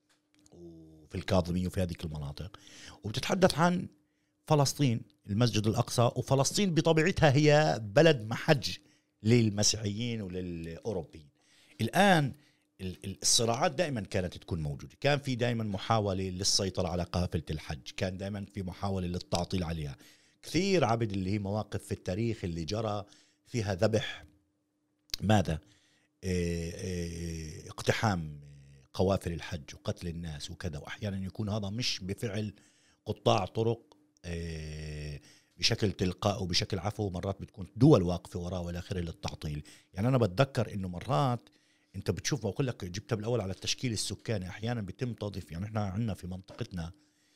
وفي الكاظمية وفي هذه المناطق. وبتتحدث عن فلسطين، المسجد الأقصى، وفلسطين بطبيعتها هي بلد محج للمسيحيين وللأوروبيين. الآن الصراعات دائما كانت تكون موجودة، كان في دائما محاولة للسيطرة على قافلة الحج، كان دائما في محاولة للتعطيل عليها. كثير عبد اللي هي مواقف في التاريخ اللي جرى فيها ذبح ماذا اه اه اقتحام قوافل الحج وقتل الناس وكذا، وأحيانا يكون هذا مش بفعل قطاع طرق اه بشكل تلقائي وبشكل عفو، مرات بتكون دول واقفة وراء ولا آخره للتعطيل. يعني أنا بتذكر إنه مرات انت بتشوف، بقول لك جبتها بالاول على التشكيل السكاني، احيانا بيتم تضيف. يعني احنا عندنا في منطقتنا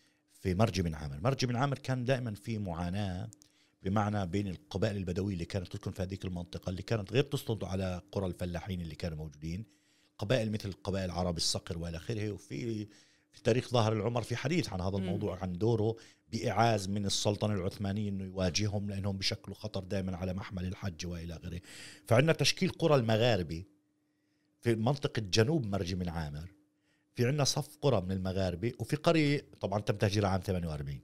في مرج بن عامر، مرج بن عامر كان دائما في معاناه، بمعنى بين القبائل البدويه اللي كانت تسكن في هذيك المنطقه، اللي كانت غير تسلط على قرى الفلاحين اللي كانوا موجودين، قبائل مثل قبائل عرب الصقر والى اخره. وفي في تاريخ ظاهر العمر في حديث عن هذا الموضوع، عن دوره باعاز من السلطنه العثمانيه انه يواجههم، لانهم بشكلوا خطر دائما على محمل الحج والى اخره. فعندنا تشكيل قرى المغاربه في منطقة جنوب مرج بن عامر، في عنا صف قرى من المغاربة، وفي قرية طبعا تم تهجيرها عام ثمانية وأربعين.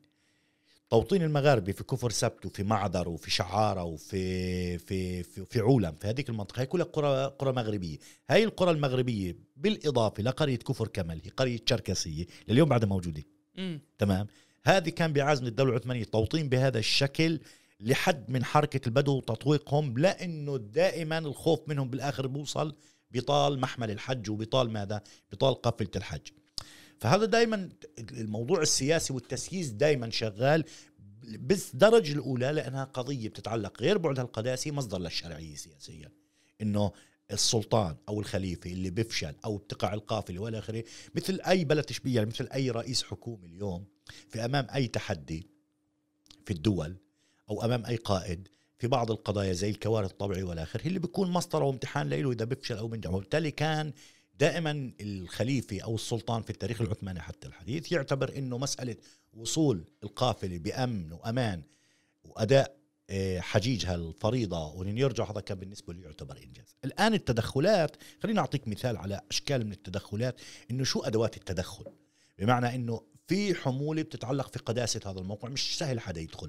توطين المغاربة في كفر سبت وفي معذر وفي شعارة وفي في في, في عولم، في هذيك المنطقة هي كلها قرى قرى مغربية. هاي القرى المغربية بالإضافة لقرية كفر كمل، هي قرية شركسية لليوم بعدها موجودة. م. تمام. هذه كان بعزم من الدولة العثمانية توطين بهذا الشكل لحد من حركة البدو وتطويقهم، لأنه دائما الخوف منهم بالآخر بوصل بطال محمل الحج وبطال ماذا؟ بطال قافلة الحج. فهذا دائما الموضوع السياسي والتسييس دائما شغال، بس درجة الأولى لأنها قضية بتتعلق غير بعدها القداسي مصدر للشرعية سياسيا، إنه السلطان أو الخليفة اللي بفشل أو بتقع القافلة والى آخره، مثل أي بلد تشبيه، يعني مثل أي رئيس حكومي اليوم في أمام أي تحدي في الدول أو أمام أي قائد في بعض القضايا زي الكوارث الطبيعية والآخر، اللي بيكون مسطرة وامتحان له إذا بفشل أو بنجح. وبالتالي كان دائما الخليفة أو السلطان في التاريخ العثماني حتى الحديث يعتبر إنه مسألة وصول القافلة بأمن وأمان وأداء حجيجها الفريضة وإن يرجع، هذا كان بالنسبة له يعتبر إنجاز. الآن التدخلات، خلينا أعطيك مثال على أشكال من التدخلات، إنه شو أدوات التدخل، بمعنى إنه في حمولة بتتعلق في قداسة هذا الموقع، مش سهل حدا يدخل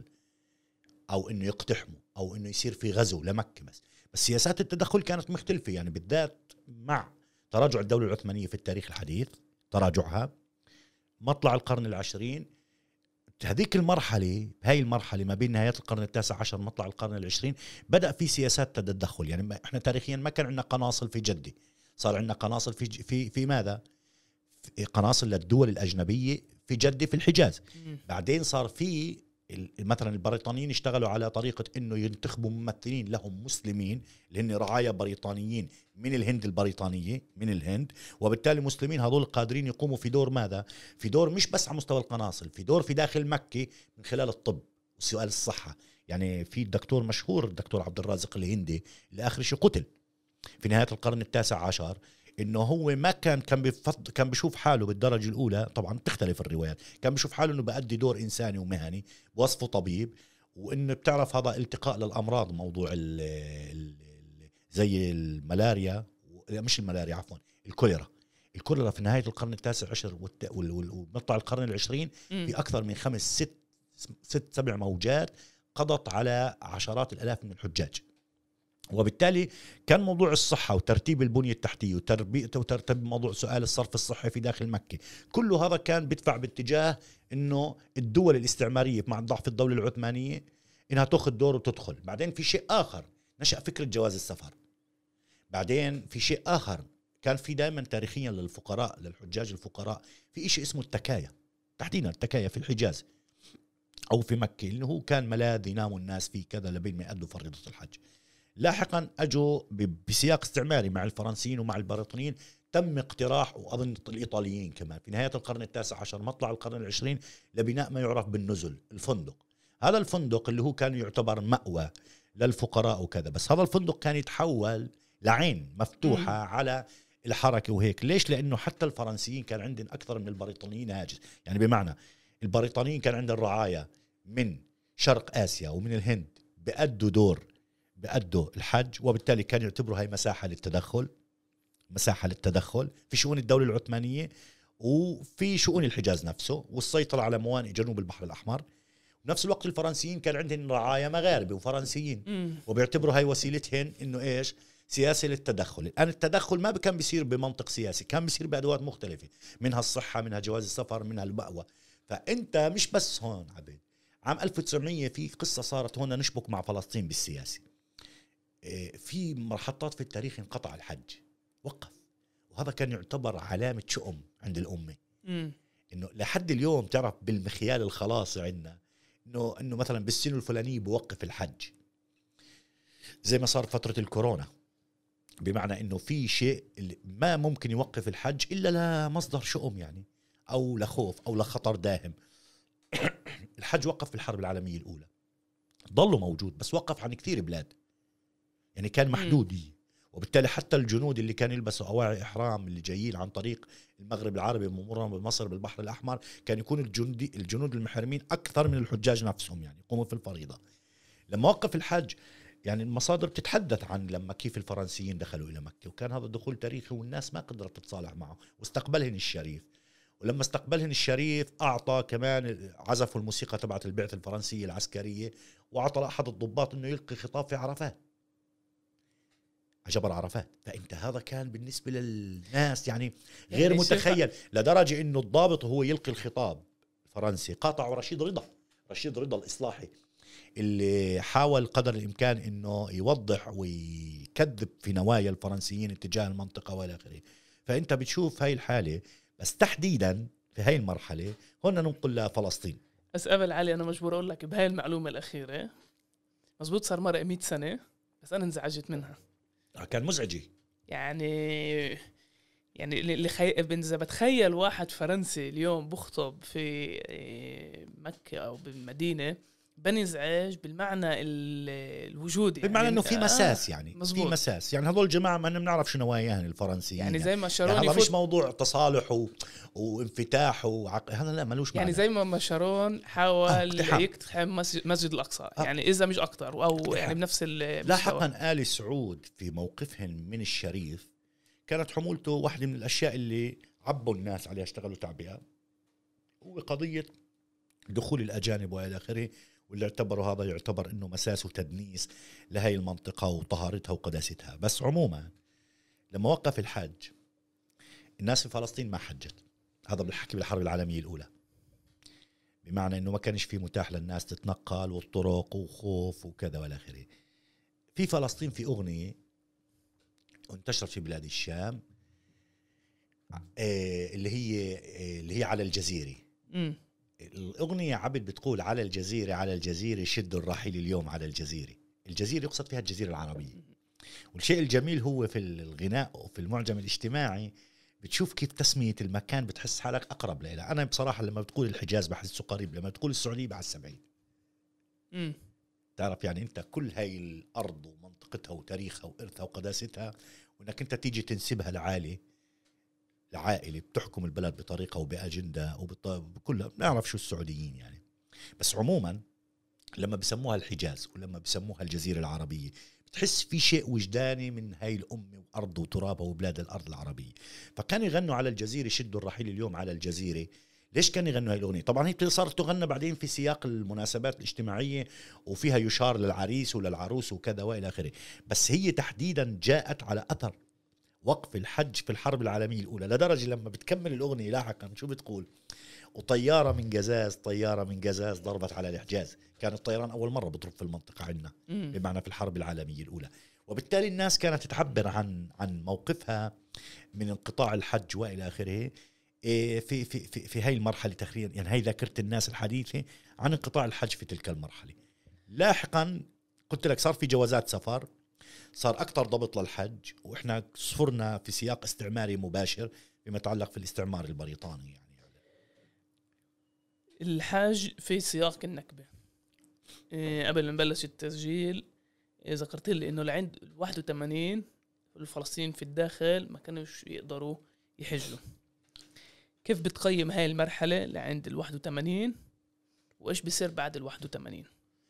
أو إنه يقتحمه أو إنه يصير في غزو لمكة. بس بس سياسات التدخل كانت مختلفة، يعني بالذات مع تراجع الدولة العثمانية في التاريخ الحديث، تراجعها مطلع القرن العشرين، هذيك المرحلة، هاي المرحلة ما بين نهاية القرن التاسع عشر مطلع القرن العشرين، بدأ في سياسات تدخل. يعني إحنا تاريخيا ما كان عندنا قناصل في جدة، صار عندنا قناصل في في في ماذا؟ في قناصل للدول الأجنبية في جدة في الحجاز. بعدين صار في مثلا البريطانيين اشتغلوا على طريقة انه ينتخبوا ممثلين لهم مسلمين اللي هن رعايا بريطانيين من الهند البريطانية، من الهند، وبالتالي مسلمين هذول قادرين يقوموا في دور ماذا؟ في دور مش بس على مستوى القناصل، في دور في داخل مكة من خلال الطب وسؤال الصحة. يعني في دكتور مشهور الدكتور عبد الرازق الهندي اللي آخر شيء قتل في نهاية القرن التاسع عشر، انه هو ما كان كان بفضل كان بيشوف حاله بالدرجه الاولى، طبعا تختلف الروايات، كان بيشوف حاله انه بأدي دور انساني ومهني بوصفه طبيب، وانه بتعرف هذا التقاء للامراض، موضوع ال ال زي الملاريا، مش الملاريا عفوا الكوليرا. الكوليرا في نهايه القرن التاسع عشر ومطلع القرن العشرين في اكثر من خمس ست ست سبع موجات قضت على عشرات الالاف من الحجاج. وبالتالي كان موضوع الصحة وترتيب البنية التحتية وتربية وترتيب موضوع سؤال الصرف الصحي في داخل مكة، كل هذا كان بدفع باتجاه إنه الدول الاستعمارية مع ضعف الدولة العثمانية إنها تأخذ دور وتدخل. بعدين في شيء آخر، نشأ فكرة جواز السفر. بعدين في شيء آخر كان في دائما تاريخيا للفقراء، للحجاج الفقراء، في إشي اسمه التكايا، تحديدا التكايا في الحجاز أو في مكة، إنه هو كان ملاذ يناموا الناس فيه كذا لبين ما يأدوا فريضة الحج. لاحقا أجوا بسياق استعماري مع الفرنسيين ومع البريطانيين تم اقتراح، وأظن الإيطاليين كمان في نهاية القرن التاسع عشر مطلع القرن العشرين، لبناء ما يعرف بالنزل، الفندق. هذا الفندق اللي هو كان يعتبر مأوى للفقراء وكذا، بس هذا الفندق كان يتحول لعين مفتوحة م. على الحركة وهيك. ليش؟ لأنه حتى الفرنسيين كان عندهم أكثر من البريطانيين هاجس، يعني بمعنى البريطانيين كان عندهم رعاية من شرق آسيا ومن الهند بأدوا دور بأدوا الحج، وبالتالي كان يعتبروا هاي مساحة للتدخل مساحة للتدخل في شؤون الدولة العثمانية وفي شؤون الحجاز نفسه والسيطرة على موانئ جنوب البحر الأحمر. بنفس الوقت الفرنسيين كان عندهم رعاية مغاربة وفرنسيين م. وبيعتبروا هاي وسيلتهن إنه إيش؟ سياسة للتدخل. الآن التدخل ما كان بيصير بمنطق سياسي، كان بيصير بأدوات مختلفة، منها الصحة، منها جواز السفر، منها المأوى. فأنت مش بس هون عبد عام ألف وتسعمية في قصة صارت هون نشبك مع فلسطين بالسياسة. في محطات في التاريخ انقطع الحج، وقف، وهذا كان يعتبر علامة شؤم عند الأمة. م. إنه لحد اليوم تعرف بالمخيال الخلاصي عندنا إنه إنه مثلا بالسنة الفلانية بوقف الحج، زي ما صار فترة الكورونا، بمعنى إنه في شيء اللي ما ممكن يوقف الحج إلا لمصدر شؤم يعني، أو لخوف أو لخطر داهم. الحج وقف في الحرب العالمية الأولى، ضلوا موجود بس وقف عن كثير بلاد، يعني كان محدودي. وبالتالي حتى الجنود اللي كانوا يلبسوا أواعي إحرام اللي جايين عن طريق المغرب العربي مرورا بمصر بالبحر الأحمر، كان يكون الجندي الجنود المحرمين أكثر من الحجاج نفسهم، يعني يقوموا في الفريضة. لما وقف الحج يعني المصادر بتتحدث عن لما كيف الفرنسيين دخلوا إلى مكة، وكان هذا الدخول تاريخي والناس ما قدرت تتصالح معه، واستقبلهن الشريف. ولما استقبلهن الشريف أعطى كمان، عزفوا الموسيقى تبعت البعثة الفرنسية العسكرية، وأعطى أحد الضباط إنه يلقي خطاب في عرفات، جبل عرفات. فأنت هذا كان بالنسبة للناس يعني غير يعني متخيل، لدرجة إنه الضابط هو يلقي الخطاب الفرنسي قاطعوا رشيد رضا رشيد رضا الإصلاحي، اللي حاول قدر الإمكان إنه يوضح ويكذب في نوايا الفرنسيين اتجاه المنطقة والى آخره. فأنت بتشوف هاي الحالة، بس تحديدا في هاي المرحلة هنا ننقل لفلسطين. بس قبل علي أنا مجبور أقول لك بهاي المعلومة الأخيرة، مزبوط صار مرق مئة سنة بس أنا انزعجت منها. كان مزعجة يعني يعني اللي خي... إذا بتخيل واحد فرنسي اليوم بخطب في مكة أو بالمدينة بنزعج بالمعنى الوجودي، بمعنى يعني انه في مساس، يعني مزبوط. في مساس، يعني هذول الجماعه ما بنعرف شنو نواياهم الفرنسيين، يعني زي ما شارون يعني هذا مش موضوع تصالح و... وانفتاح وعق... هذا لا ملوش يعني معنى. زي ما شارون حاول آه يقتحم مسجد الاقصى آه. يعني اذا مش اكتر او اقتحام. يعني بنفس المستوى. لاحقا آل سعود في موقفهم من الشريف كانت حمولته واحده من الاشياء اللي عبوا الناس عليها اشتغلوا تعبئه، وقضيه دخول الاجانب والى اخره، واللي اعتبروا هذا يعتبر انه مساس وتدنيس لهي المنطقة وطهارتها وقداستها. بس عموما لما وقف الحج الناس في فلسطين ما حجت، هذا بالحكي بالحرب العالمية الأولى، بمعنى انه ما كانش في متاح للناس تتنقل والطرق وخوف وكذا والى آخره. في فلسطين في أغنية انتشرت في بلاد الشام اللي هي اللي هي على الجزيرة. م. الأغنية عبد بتقول على الجزيرة على الجزيرة شد الرحيل اليوم على الجزيرة. الجزيرة يقصد فيها الجزيرة العربية. والشيء الجميل هو في الغناء وفي المعجم الاجتماعي بتشوف كيف تسمية المكان بتحس حالك أقرب لها. أنا بصراحة لما بتقول الحجاز بحسه قريب، لما بتقول السعودية بحسه بعيد. تعرف يعني أنت كل هاي الأرض ومنطقتها وتاريخها وإرثها وقداستها، وأنك أنت تيجي تنسبها لعالي عائلة بتحكم البلد بطريقة وبأجندة وبكل نعرف شو السعوديين يعني. بس عموما لما بسموها الحجاز ولما بسموها الجزيرة العربية بتحس في شيء وجداني من هاي الأمة وأرض وترابها وبلاد الأرض العربية. فكان يغنوا على الجزيرة شدوا الرحيل اليوم على الجزيرة. ليش كان يغنوا هاي الأغنية؟ طبعا هي صارت تغنى بعدين في سياق المناسبات الاجتماعية وفيها يشار للعريس وللعروس وكذا وإلى آخره، بس هي تحديدا جاءت على أثر وقف الحج في الحرب العالمية الأولى، لدرجة لما بتكمل الأغنية لاحقا شو بتقول؟ وطيارة من جزاز طيارة من جزاز ضربت على الإحجاز. كان الطيران أول مرة بضرب في المنطقة عندنا بمعنى في الحرب العالمية الأولى. وبالتالي الناس كانت تعبر عن عن موقفها من انقطاع الحج وإلى آخره في في في في هاي المرحلة تقريبا، يعني هاي ذاكرة الناس الحديثة عن انقطاع الحج في تلك المرحلة. لاحقا قلت لك صار في جوازات سفر، صار أكثر ضبط للحج، وإحنا صرنا في سياق استعماري مباشر فيما يتعلق في الاستعمار البريطاني. يعني الحاج في سياق النكبة. إيه قبل ما نبلش التسجيل ذكرت لي إنه لعند واحد وثمانين الفلسطينيين في الداخل ما كانوش يقدروا يحجوا. كيف بتقيم هاي المرحلة لعند الواحد وثمانين وإيش بيصير بعد الواحد وثمانين؟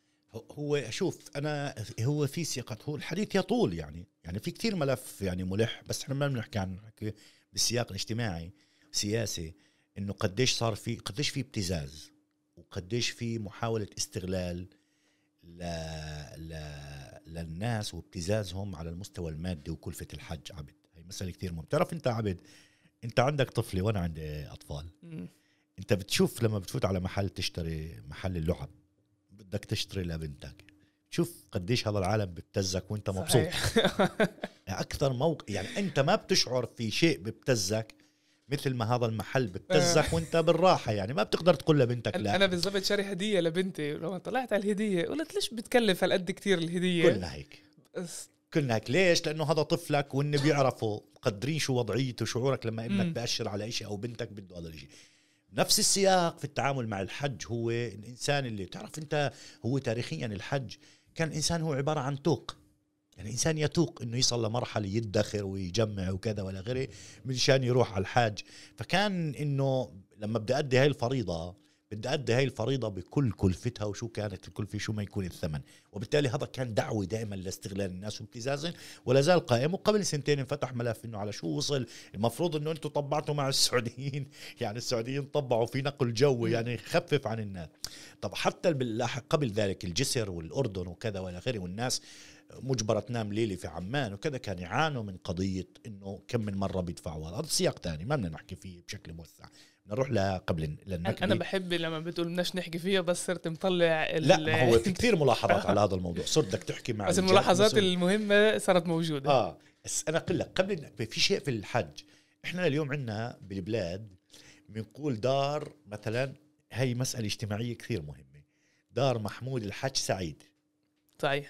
هو شوف أنا هو في سياقات، هو الحديث يطول يعني يعني في كتير ملف يعني ملح، بس احنا ما بنحكي عن بالسياق الاجتماعي سياسي، إنه قديش صار في قديش في ابتزاز وقديش في محاولة استغلال ل... ل... للناس وابتزازهم على المستوى المادي وكلفة الحج. عبد هي مسألة كتير مهمة. تعرف أنت عبد، أنت عندك طفلة وأنا عندي أطفال. م. أنت بتشوف لما بتفوت على محل تشتري محل اللعب بدك تشتري لبنتك، شوف قديش هذا العالم ببتزك وأنت مبسوط. أكثر موقع يعني أنت ما بتشعر في شيء ببتزك مثل ما هذا المحل بتزك وانت بالراحة، يعني ما بتقدر تقول لبنتك لا. أنا بالضبط شاري هدية لبنتي، ولما طلعت على الهدية قلت ليش بتكلف هالقد كتير الهدية؟ كلنا هيك بس. كلنا هيك. ليش؟ لأنه هذا طفلك وإن بيعرفوا مقدرين شو وضعيته وشعورك لما ابنك بأشر على إشي أو بنتك بده هذا الشيء. نفس السياق في التعامل مع الحج. هو الإنسان اللي تعرف أنت هو تاريخيا الحج كان الإنسان هو عبارة عن توق، يعني إنسان يتوق إنه يصل لمرحلة يدخر ويجمع وكذا ولا غيره منشان يروح على الحاج. فكان إنه لما بدي أدي هاي الفريضة بدي أدي هاي الفريضة بكل كلفتها وشو كانت الكلفة شو ما يكون الثمن، وبالتالي هذا كان دعوة دائما لاستغلال الناس وابتزازهم ولا زال قائم. وقبل سنتين انفتح ملف إنه على شو وصل. المفروض إنه أنتم طبعتوا مع السعوديين، يعني السعوديين طبعوا في نقل جوي يعني خفف عن الناس. طب حتى قبل ذلك الجسر والأردن وكذا ولا غيره، والناس مجبرة تنام ليلة في عمان وكذا كان يعانوا من قضية إنه كم من مرة بيدفعوا. هذا سياق تاني ما بدنا نحكي فيه بشكل موسع، نروح لقبل للنكبة. أنا بحب لما بتقول بدناش نحكي فيها بس صرت مطلع لا ما هو في كثير ملاحظات على هذا الموضوع صرت بدك تحكي مع بس الملاحظات المهمة صارت موجودة. آه بس أنا أقول لك قبل النكبة في شيء في الحج. إحنا اليوم عندنا بالبلاد بنقول دار مثلا، هاي مسألة اجتماعية كثير مهمة، دار محمود الحج سعيد. صحيح.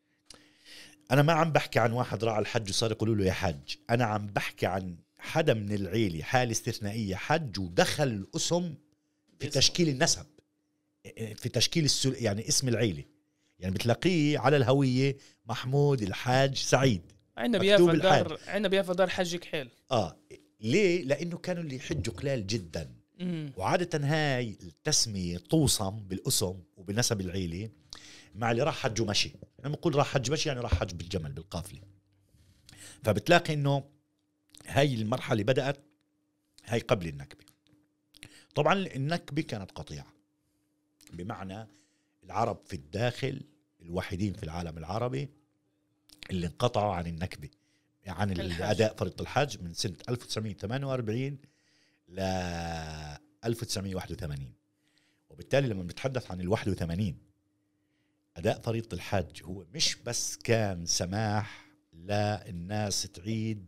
أنا ما عم بحكي عن واحد راح الحج وصار يقولوا له يا حج، أنا عم بحكي عن حدا من العيلة حالة استثنائية حج ودخل الاسم في تشكيل النسب، في تشكيل السل... يعني اسم العيلة، يعني بتلاقيه على الهوية محمود الحاج سعيد. عندنا بيافا دار عندنا بيافا دار حج كحيل. آه ليه؟ لأنه كانوا اللي يحجوا قلال جدا. مم. وعادة هاي التسمية توصم بالاسم وبنسب العيلة مع اللي راح حج ومشي. أنا بقول راح حج مشي يعني راح حج بالجمل بالقافلة. فبتلاقي إنه هاي المرحلة بدأت هاي قبل النكبة. طبعا النكبة كانت قطيعة، بمعنى العرب في الداخل الوحيدين في العالم العربي اللي انقطعوا عن النكبة، عن الأداء فريضة الحج من سنة ألف وتسعمية وثمانية وأربعين ل ألف وتسعمية وواحد وثمانين. وبالتالي لما بنتحدث عن الواحد وثمانين أداء فريضة الحج هو مش بس كان سماح للناس تعيد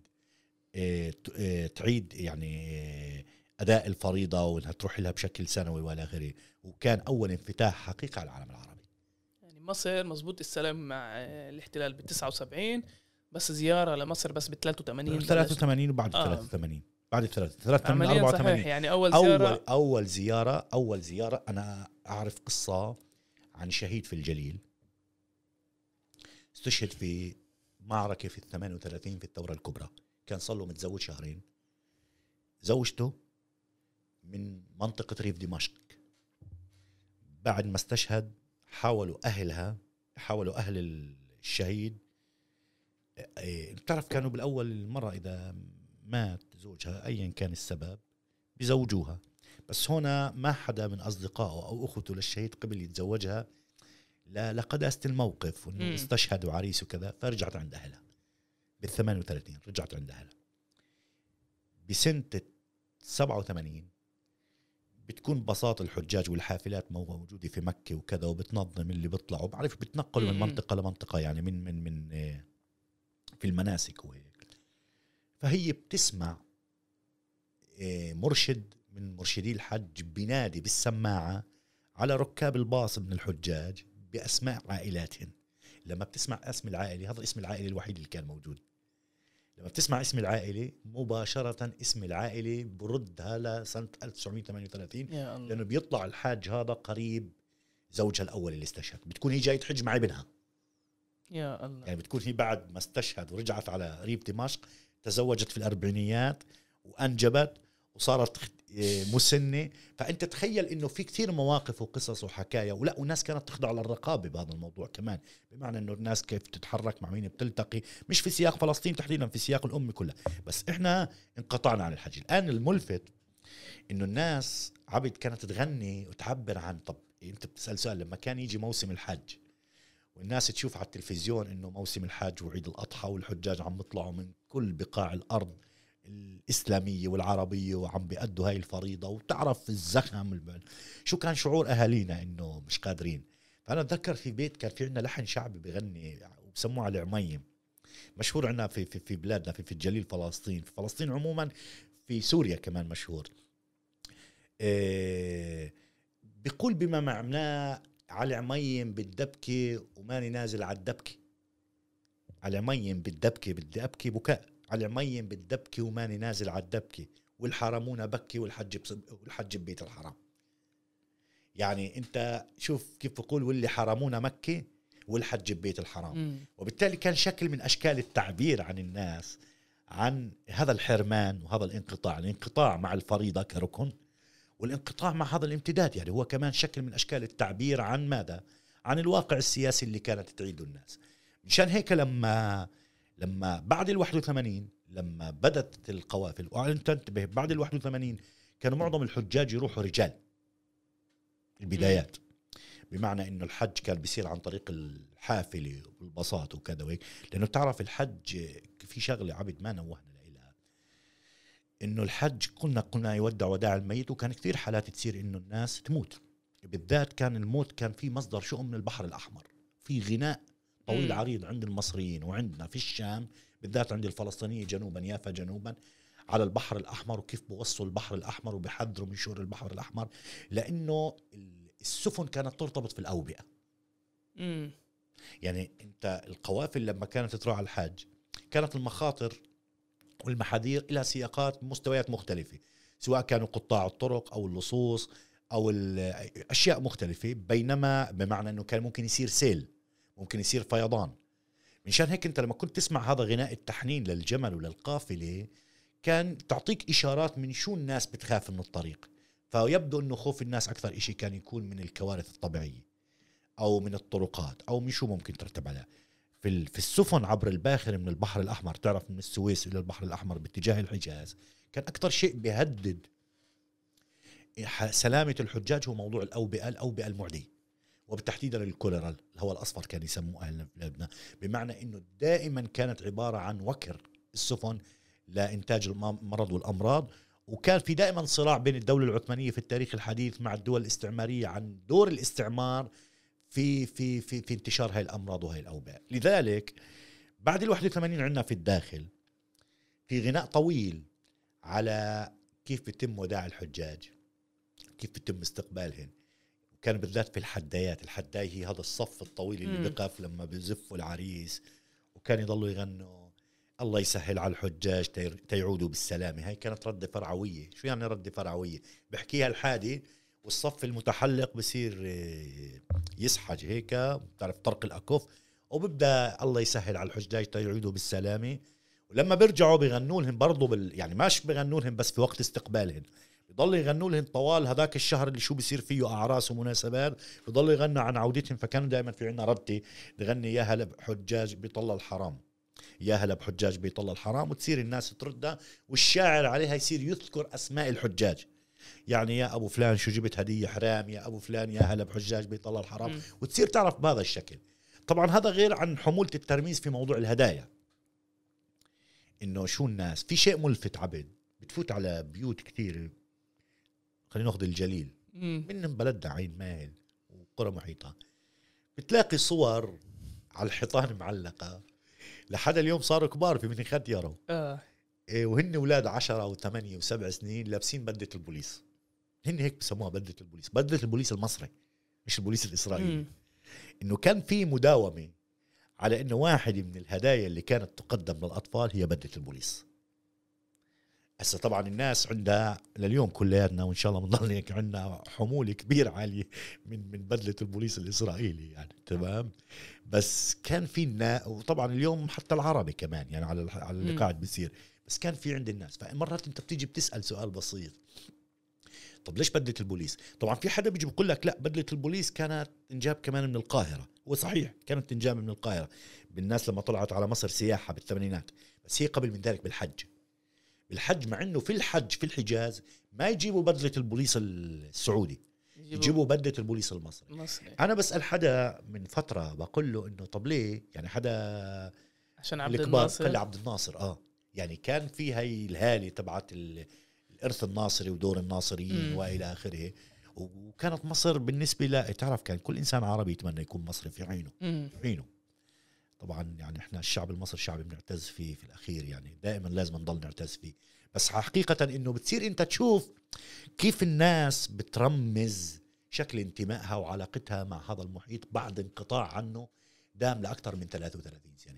تعيد يعني أداء الفريضة وإنها تروح لها بشكل سنوي ولا غيره، وكان أول انفتاح حقيقي على العالم العربي. يعني مصر مزبوط السلام مع الاحتلال بالتسعة وسبعين، بس زيارة لمصر بس بالثلاثة وثمانين ثلاثة وثمانين وبعد آه. ثلاثة وثمانين بعد ثلاثة وثمانين أربعة وثمانين يعني أول زيارة أول, أول زيارة أول زيارة أنا أعرف قصة عن شهيد في الجليل استشهد في معركة في الثمانية وثلاثين في الثورة الكبرى. كان صار له متزوج شهرين، زوجته من منطقة ريف دمشق. بعد ما استشهد حاولوا أهلها حاولوا أهل الشهيد، بتعرف كانوا بالأول المرة إذا مات زوجها أيا كان السبب بزوجوها، بس هنا ما حدا من أصدقائه أو أخوته للشهيد قبل يتزوجها لقداسة الموقف وإنه استشهد وعريس وكذا، فرجعت عند أهلها بالثمانية وثلاثين. رجعت عند أهلها بسنة سبعة وثمانين بتكون بساط الحجاج والحافلات موجودة في مكة وكذا، وبتنظم اللي بيطلعوا بعرف بتنقلوا من منطقة لمنطقة يعني من من من في المناسك وهيك. فهي بتسمع مرشد من مرشدي الحج بينادي بالسماعة على ركاب الباص من الحجاج بأسماء عائلاتهم لما بتسمع اسم العائلة، هذا الاسم العائلي الوحيد اللي كان موجود. لما بتسمع اسم العائلة مباشرة اسم العائلة بردها لسنة ألف وتسعمية وثمانية وثلاثين، لأنه بيطلع الحاج هذا قريب زوجها الأول اللي استشهد، بتكون هي جاي تحج مع ابنها. يا الله. يعني بتكون هي بعد ما استشهد ورجعت على ريف دمشق، تزوجت في الأربعينيات وأنجبت وصارت مسنة. فأنت تخيل إنه في كثير مواقف وقصص وحكاية، ولا وناس كانت تخضع للرقابة بهذا الموضوع كمان، بمعنى إنه الناس كيف تتحرك مع مين بتلتقي، مش في سياق فلسطين تحديدا، في سياق الأمة كلها. بس إحنا انقطعنا عن الحج. الآن الملفت إنه الناس عبد كانت تغني وتعبر عن، طب أنت بتسأل سؤال، لما كان يجي موسم الحج والناس تشوف على التلفزيون إنه موسم الحج وعيد الأضحى والحجاج عم يطلعوا من كل بقاع الأرض الإسلامية والعربية وعم بيأدوا هاي الفريضة، وتعرف الزخم، شو كان شعور أهالينا إنه مش قادرين. فأنا أتذكر في بيت كان في عندنا لحن شعبي بغني وبسموه على عميم، مشهور عندنا في, في, في بلادنا في, في الجليل فلسطين، في فلسطين عموما، في سوريا كمان مشهور. إيه بيقول بما معناه على عميم بالدبكة وماني نازل على الدبكة. على عميم بالدبكة بدي أبكي بكاء، على عميم بالدبكة وماني نازل على الدبكة، والحرمونا بكي والحج والحج ببيت الحرام. يعني انت شوف كيف بقول، واللي حرمونا مكة والحج ببيت الحرام. م. وبالتالي كان شكل من أشكال التعبير عن الناس عن هذا الحرمان وهذا الانقطاع، الانقطاع مع الفريضة كركن، والانقطاع مع هذا الامتداد. يعني هو كمان شكل من أشكال التعبير عن ماذا؟ عن الواقع السياسي اللي كانت تعيده الناس. مشان هيك لما لما بعد الواحد وثمانين لما بدت القوافل، وأنت تنتبه بعد الواحد وثمانين كانوا معظم الحجاج يروحوا رجال البدايات، بمعنى إنه الحج كان بيصير عن طريق الحافلة والبساط وكذا وهيك. لأنه تعرف الحج في شغلة عبد ما نوهنا لها، إنه الحج كنا كنا يودع وداع الميت، وكان كثير حالات تصير إنه الناس تموت. بالذات كان الموت كان في مصدر شؤم من البحر الأحمر، في غناء طويل عريض عند المصريين وعندنا في الشام، بالذات عند الفلسطينيين جنوبا، يافا جنوبا على البحر الأحمر، وكيف بوصلوا البحر الأحمر وبيحذروا من شور البحر الأحمر، لأنه السفن كانت ترتبط في الأوبئة. مم. يعني أنت القوافل لما كانت تروح على الحج كانت المخاطر والمحاذير إلى سياقات مستويات مختلفة، سواء كانوا قطاع الطرق أو اللصوص أو الأشياء مختلفة، بينما بمعنى أنه كان ممكن يصير سيل، ممكن يصير فيضان. منشان هيك أنت لما كنت تسمع هذا غناء التحنين للجمل وللقافلة كان تعطيك إشارات من شو الناس بتخاف من الطريق. فيبدو أنه خوف الناس أكثر إشي كان يكون من الكوارث الطبيعية أو من الطرقات أو من شو ممكن ترتب عليها. في في السفن عبر الباخرة من البحر الأحمر، تعرف من السويس إلى البحر الأحمر باتجاه الحجاز، كان أكثر شيء بيهدد سلامة الحجاج هو موضوع الأوبئة الأوبئة المعدية، وبالتحديد الكوليرا، الهواء الأصفر كان يسموه أهل بلادنا، بمعنى أنه دائما كانت عبارة عن وكر السفن لإنتاج المرض والأمراض. وكان في دائما صراع بين الدولة العثمانية في التاريخ الحديث مع الدول الاستعمارية عن دور الاستعمار في في في في انتشار هاي الأمراض وهاي الأوبئة. لذلك بعد الواحد وثمانين عندنا في الداخل في غناء طويل على كيف بيتم وداع الحجاج، كيف بيتم استقبالهم. كان بالذات في الحدايات، الحداي هي هذا الصف الطويل اللي بقف لما بيزفوا العريس، وكان يضلوا يغنوا الله يسهل على الحجاج تيعودوا بالسلامة. هاي كانت ردة فرعوية. شو يعني ردة فرعوية؟ بحكيها الحادي والصف المتحلق بصير يسحج هيك، بتعرف طرق الأكف، وببدأ الله يسهل على الحجاج تيعودوا بالسلامة. ولما بيرجعوا بيغنوا لهم برضو بال... يعني ماش بيغنوا لهم بس في وقت استقبالهم، بيضل يغنوا لهم طوال هذاك الشهر اللي شو بيصير فيه أعراس ومناسبات، بيضل يغنوا عن عودتهم. فكانوا دائما في عنا ردة تغني يا هلا بحجاج بيطلع الحرام، يا هلا بحجاج بيطلع الحرام، وتصير الناس تردها والشاعر عليها يصير يذكر أسماء الحجاج، يعني يا أبو فلان شو جبت هدية حرام، يا أبو فلان يا هلا بحجاج بيطلع الحرام، م. وتصير تعرف بهذا الشكل. طبعا هذا غير عن حمولة الترميز في موضوع الهدايا، إنه شو الناس في شيء ملفت عبد، بتفوت على بيوت كثير، خلينا ناخذ الجليل منهم بلدنا عين ماهل وقرى محيطة، بتلاقي صور على الحيطان معلقة لحد اليوم صاروا كبار في من خديروا آه. إيه، وهن أولاد عشرة وثمانية وسبع سنين لابسين بدلة البوليس. هن هيك بسموها بدلة البوليس، بدلة البوليس المصري مش البوليس الإسرائيلي. م. إنه كان في مداومة على انه واحد من الهدايا اللي كانت تقدم للاطفال هي بدلة البوليس. هسه طبعا الناس عندها لليوم كلياتنا وان شاء الله بنضل هيك عندنا حمول كبير عالي من من بدلة البوليس الاسرائيلي يعني تمام. بس كان في النا... وطبعا اليوم حتى العربي كمان يعني على على اللي قاعد بيصير، بس كان في عند الناس. فمرات انت بتيجي بتسأل سؤال بسيط، طب ليش بدلة البوليس؟ طبعا في حدا بيجي بيقول لك لا بدلة البوليس كانت انجاب كمان من القاهرة، وصحيح كانت انجاب من القاهرة بالناس لما طلعت على مصر سياحة بالثمانينات، بس هي قبل من ذلك بالحج. بالحج مع انه في الحج في الحجاز ما يجيبوا بدلة البوليس السعودي، يجيبوا بدلة البوليس المصري. المصري. انا بسأل حدا من فترة بقول له انه طب ليه يعني حدا عشان عبد الناصر قال عبد الناصر اه يعني كان في هاي الهالة تبعت الارث الناصري ودور الناصريين م. والى اخره. وكانت مصر بالنسبة لا تعرف كان كل انسان عربي يتمنى يكون مصري في عينه م. في عينه. طبعا يعني احنا الشعب المصري شعب بنعتز فيه في الاخير يعني دائما لازم نضل نعتز فيه. بس حقيقة انه بتصير انت تشوف كيف الناس بترمز شكل انتمائها وعلاقتها مع هذا المحيط بعد انقطاع عنه دام لأكثر من ثلاثة وثلاثين سنة.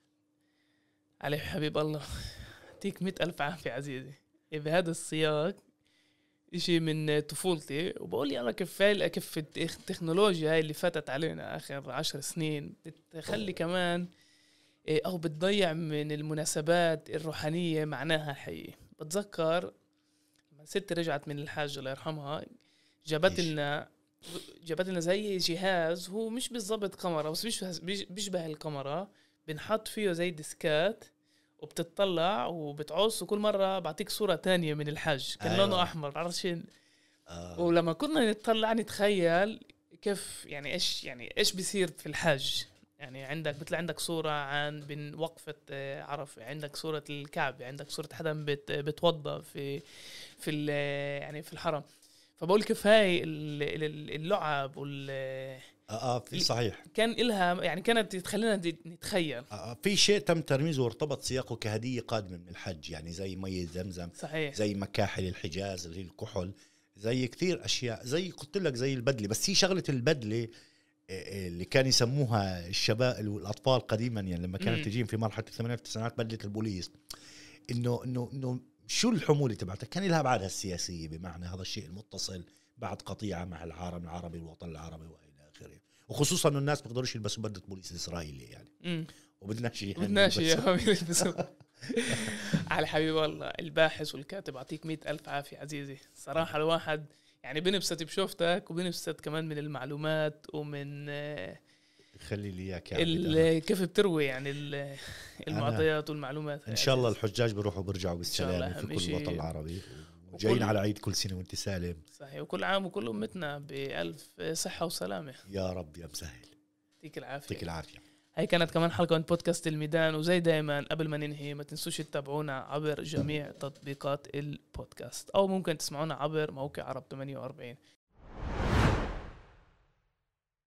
علي حبيب الله يعطيك مئة ألف عافية عزيزي بهذا السياق، إشي من طفولتي. وبقول لي أنا كيف كيف التكنولوجيا هاي اللي فاتت علينا آخر عشر سنين بتخلي كمان أو بتضيع من المناسبات الروحانية معناها حقيقي. بتذكر لما ستي رجعت من الحاج الله يرحمها جابت لنا جابت لنا زي جهاز هو مش بالضبط كاميرا بس بيشبه بيشبه الكاميرا، بنحط فيه زي ديسكات وبتطلع وبتعوص وكل مرة بعطيك صورة تانية من الحج كان أيوة. لونه أحمر عرشين آه. ولما كنا نتطلع نتخيل كيف يعني إيش يعني إيش بيصير في الحج. يعني عندك بتلاقي عندك صورة عن بين وقفة عرفة، عندك صورة الكعبة، عندك صورة حدا بت بتوضى في في يعني في الحرم. فبقول كيف هاي اللعب وال اه في صحيح كان إلها يعني كانت تخلينا نتخيل آه في شيء تم ترميزه وارتبط سياقه كهدية قادمة من الحج، يعني زي مية زمزم صحيح. زي مكاحل الحجاز اللي هي الكحل، زي كثير أشياء زي قلت لك زي البدلة. بس هي شغلة البدلة اللي كان يسموها الشباب والأطفال قديما يعني لما كانت تجين في مرحلة الثمانينات والتسعينات بدلة البوليس، إنه إنه إنه شو الحمولة تبعتها كان لها بعدها السياسية، بمعنى هذا الشيء المتصل بعد قطيعة مع العالم العربي والوطن العربي وإلى آخره. وخصوصا إنه الناس بيقدروش يلبسوا بدلة بوليس إسرائيلي يعني وبدناش بدناش يلبسوا. على حبيب الله الباحث والكاتب أعطيك مئة ألف عافية عزيزي. صراحة الواحد يعني بنبسط بشوفتك وبنبسط كمان من المعلومات ومن خلي لي اياك كيف بتروي يعني المعطيات والمعلومات. ان شاء الله الحجاج بيروحوا بيرجعوا بالسلامه في كل الوطن العربي وجايين على عيد كل سنه وانت سالم. صحيح وكل عام وكل امتنا بألف صحه وسلامه يا رب يا مسهل. يعطيك العافيه. يعطيك العافيه. هاي كانت كمان حلقه من بودكاست الميدان، وزي دائما قبل ما ننهي ما تنسوش تتابعونا عبر جميع تطبيقات البودكاست او ممكن تسمعونا عبر موقع عرب ثمانية وأربعين.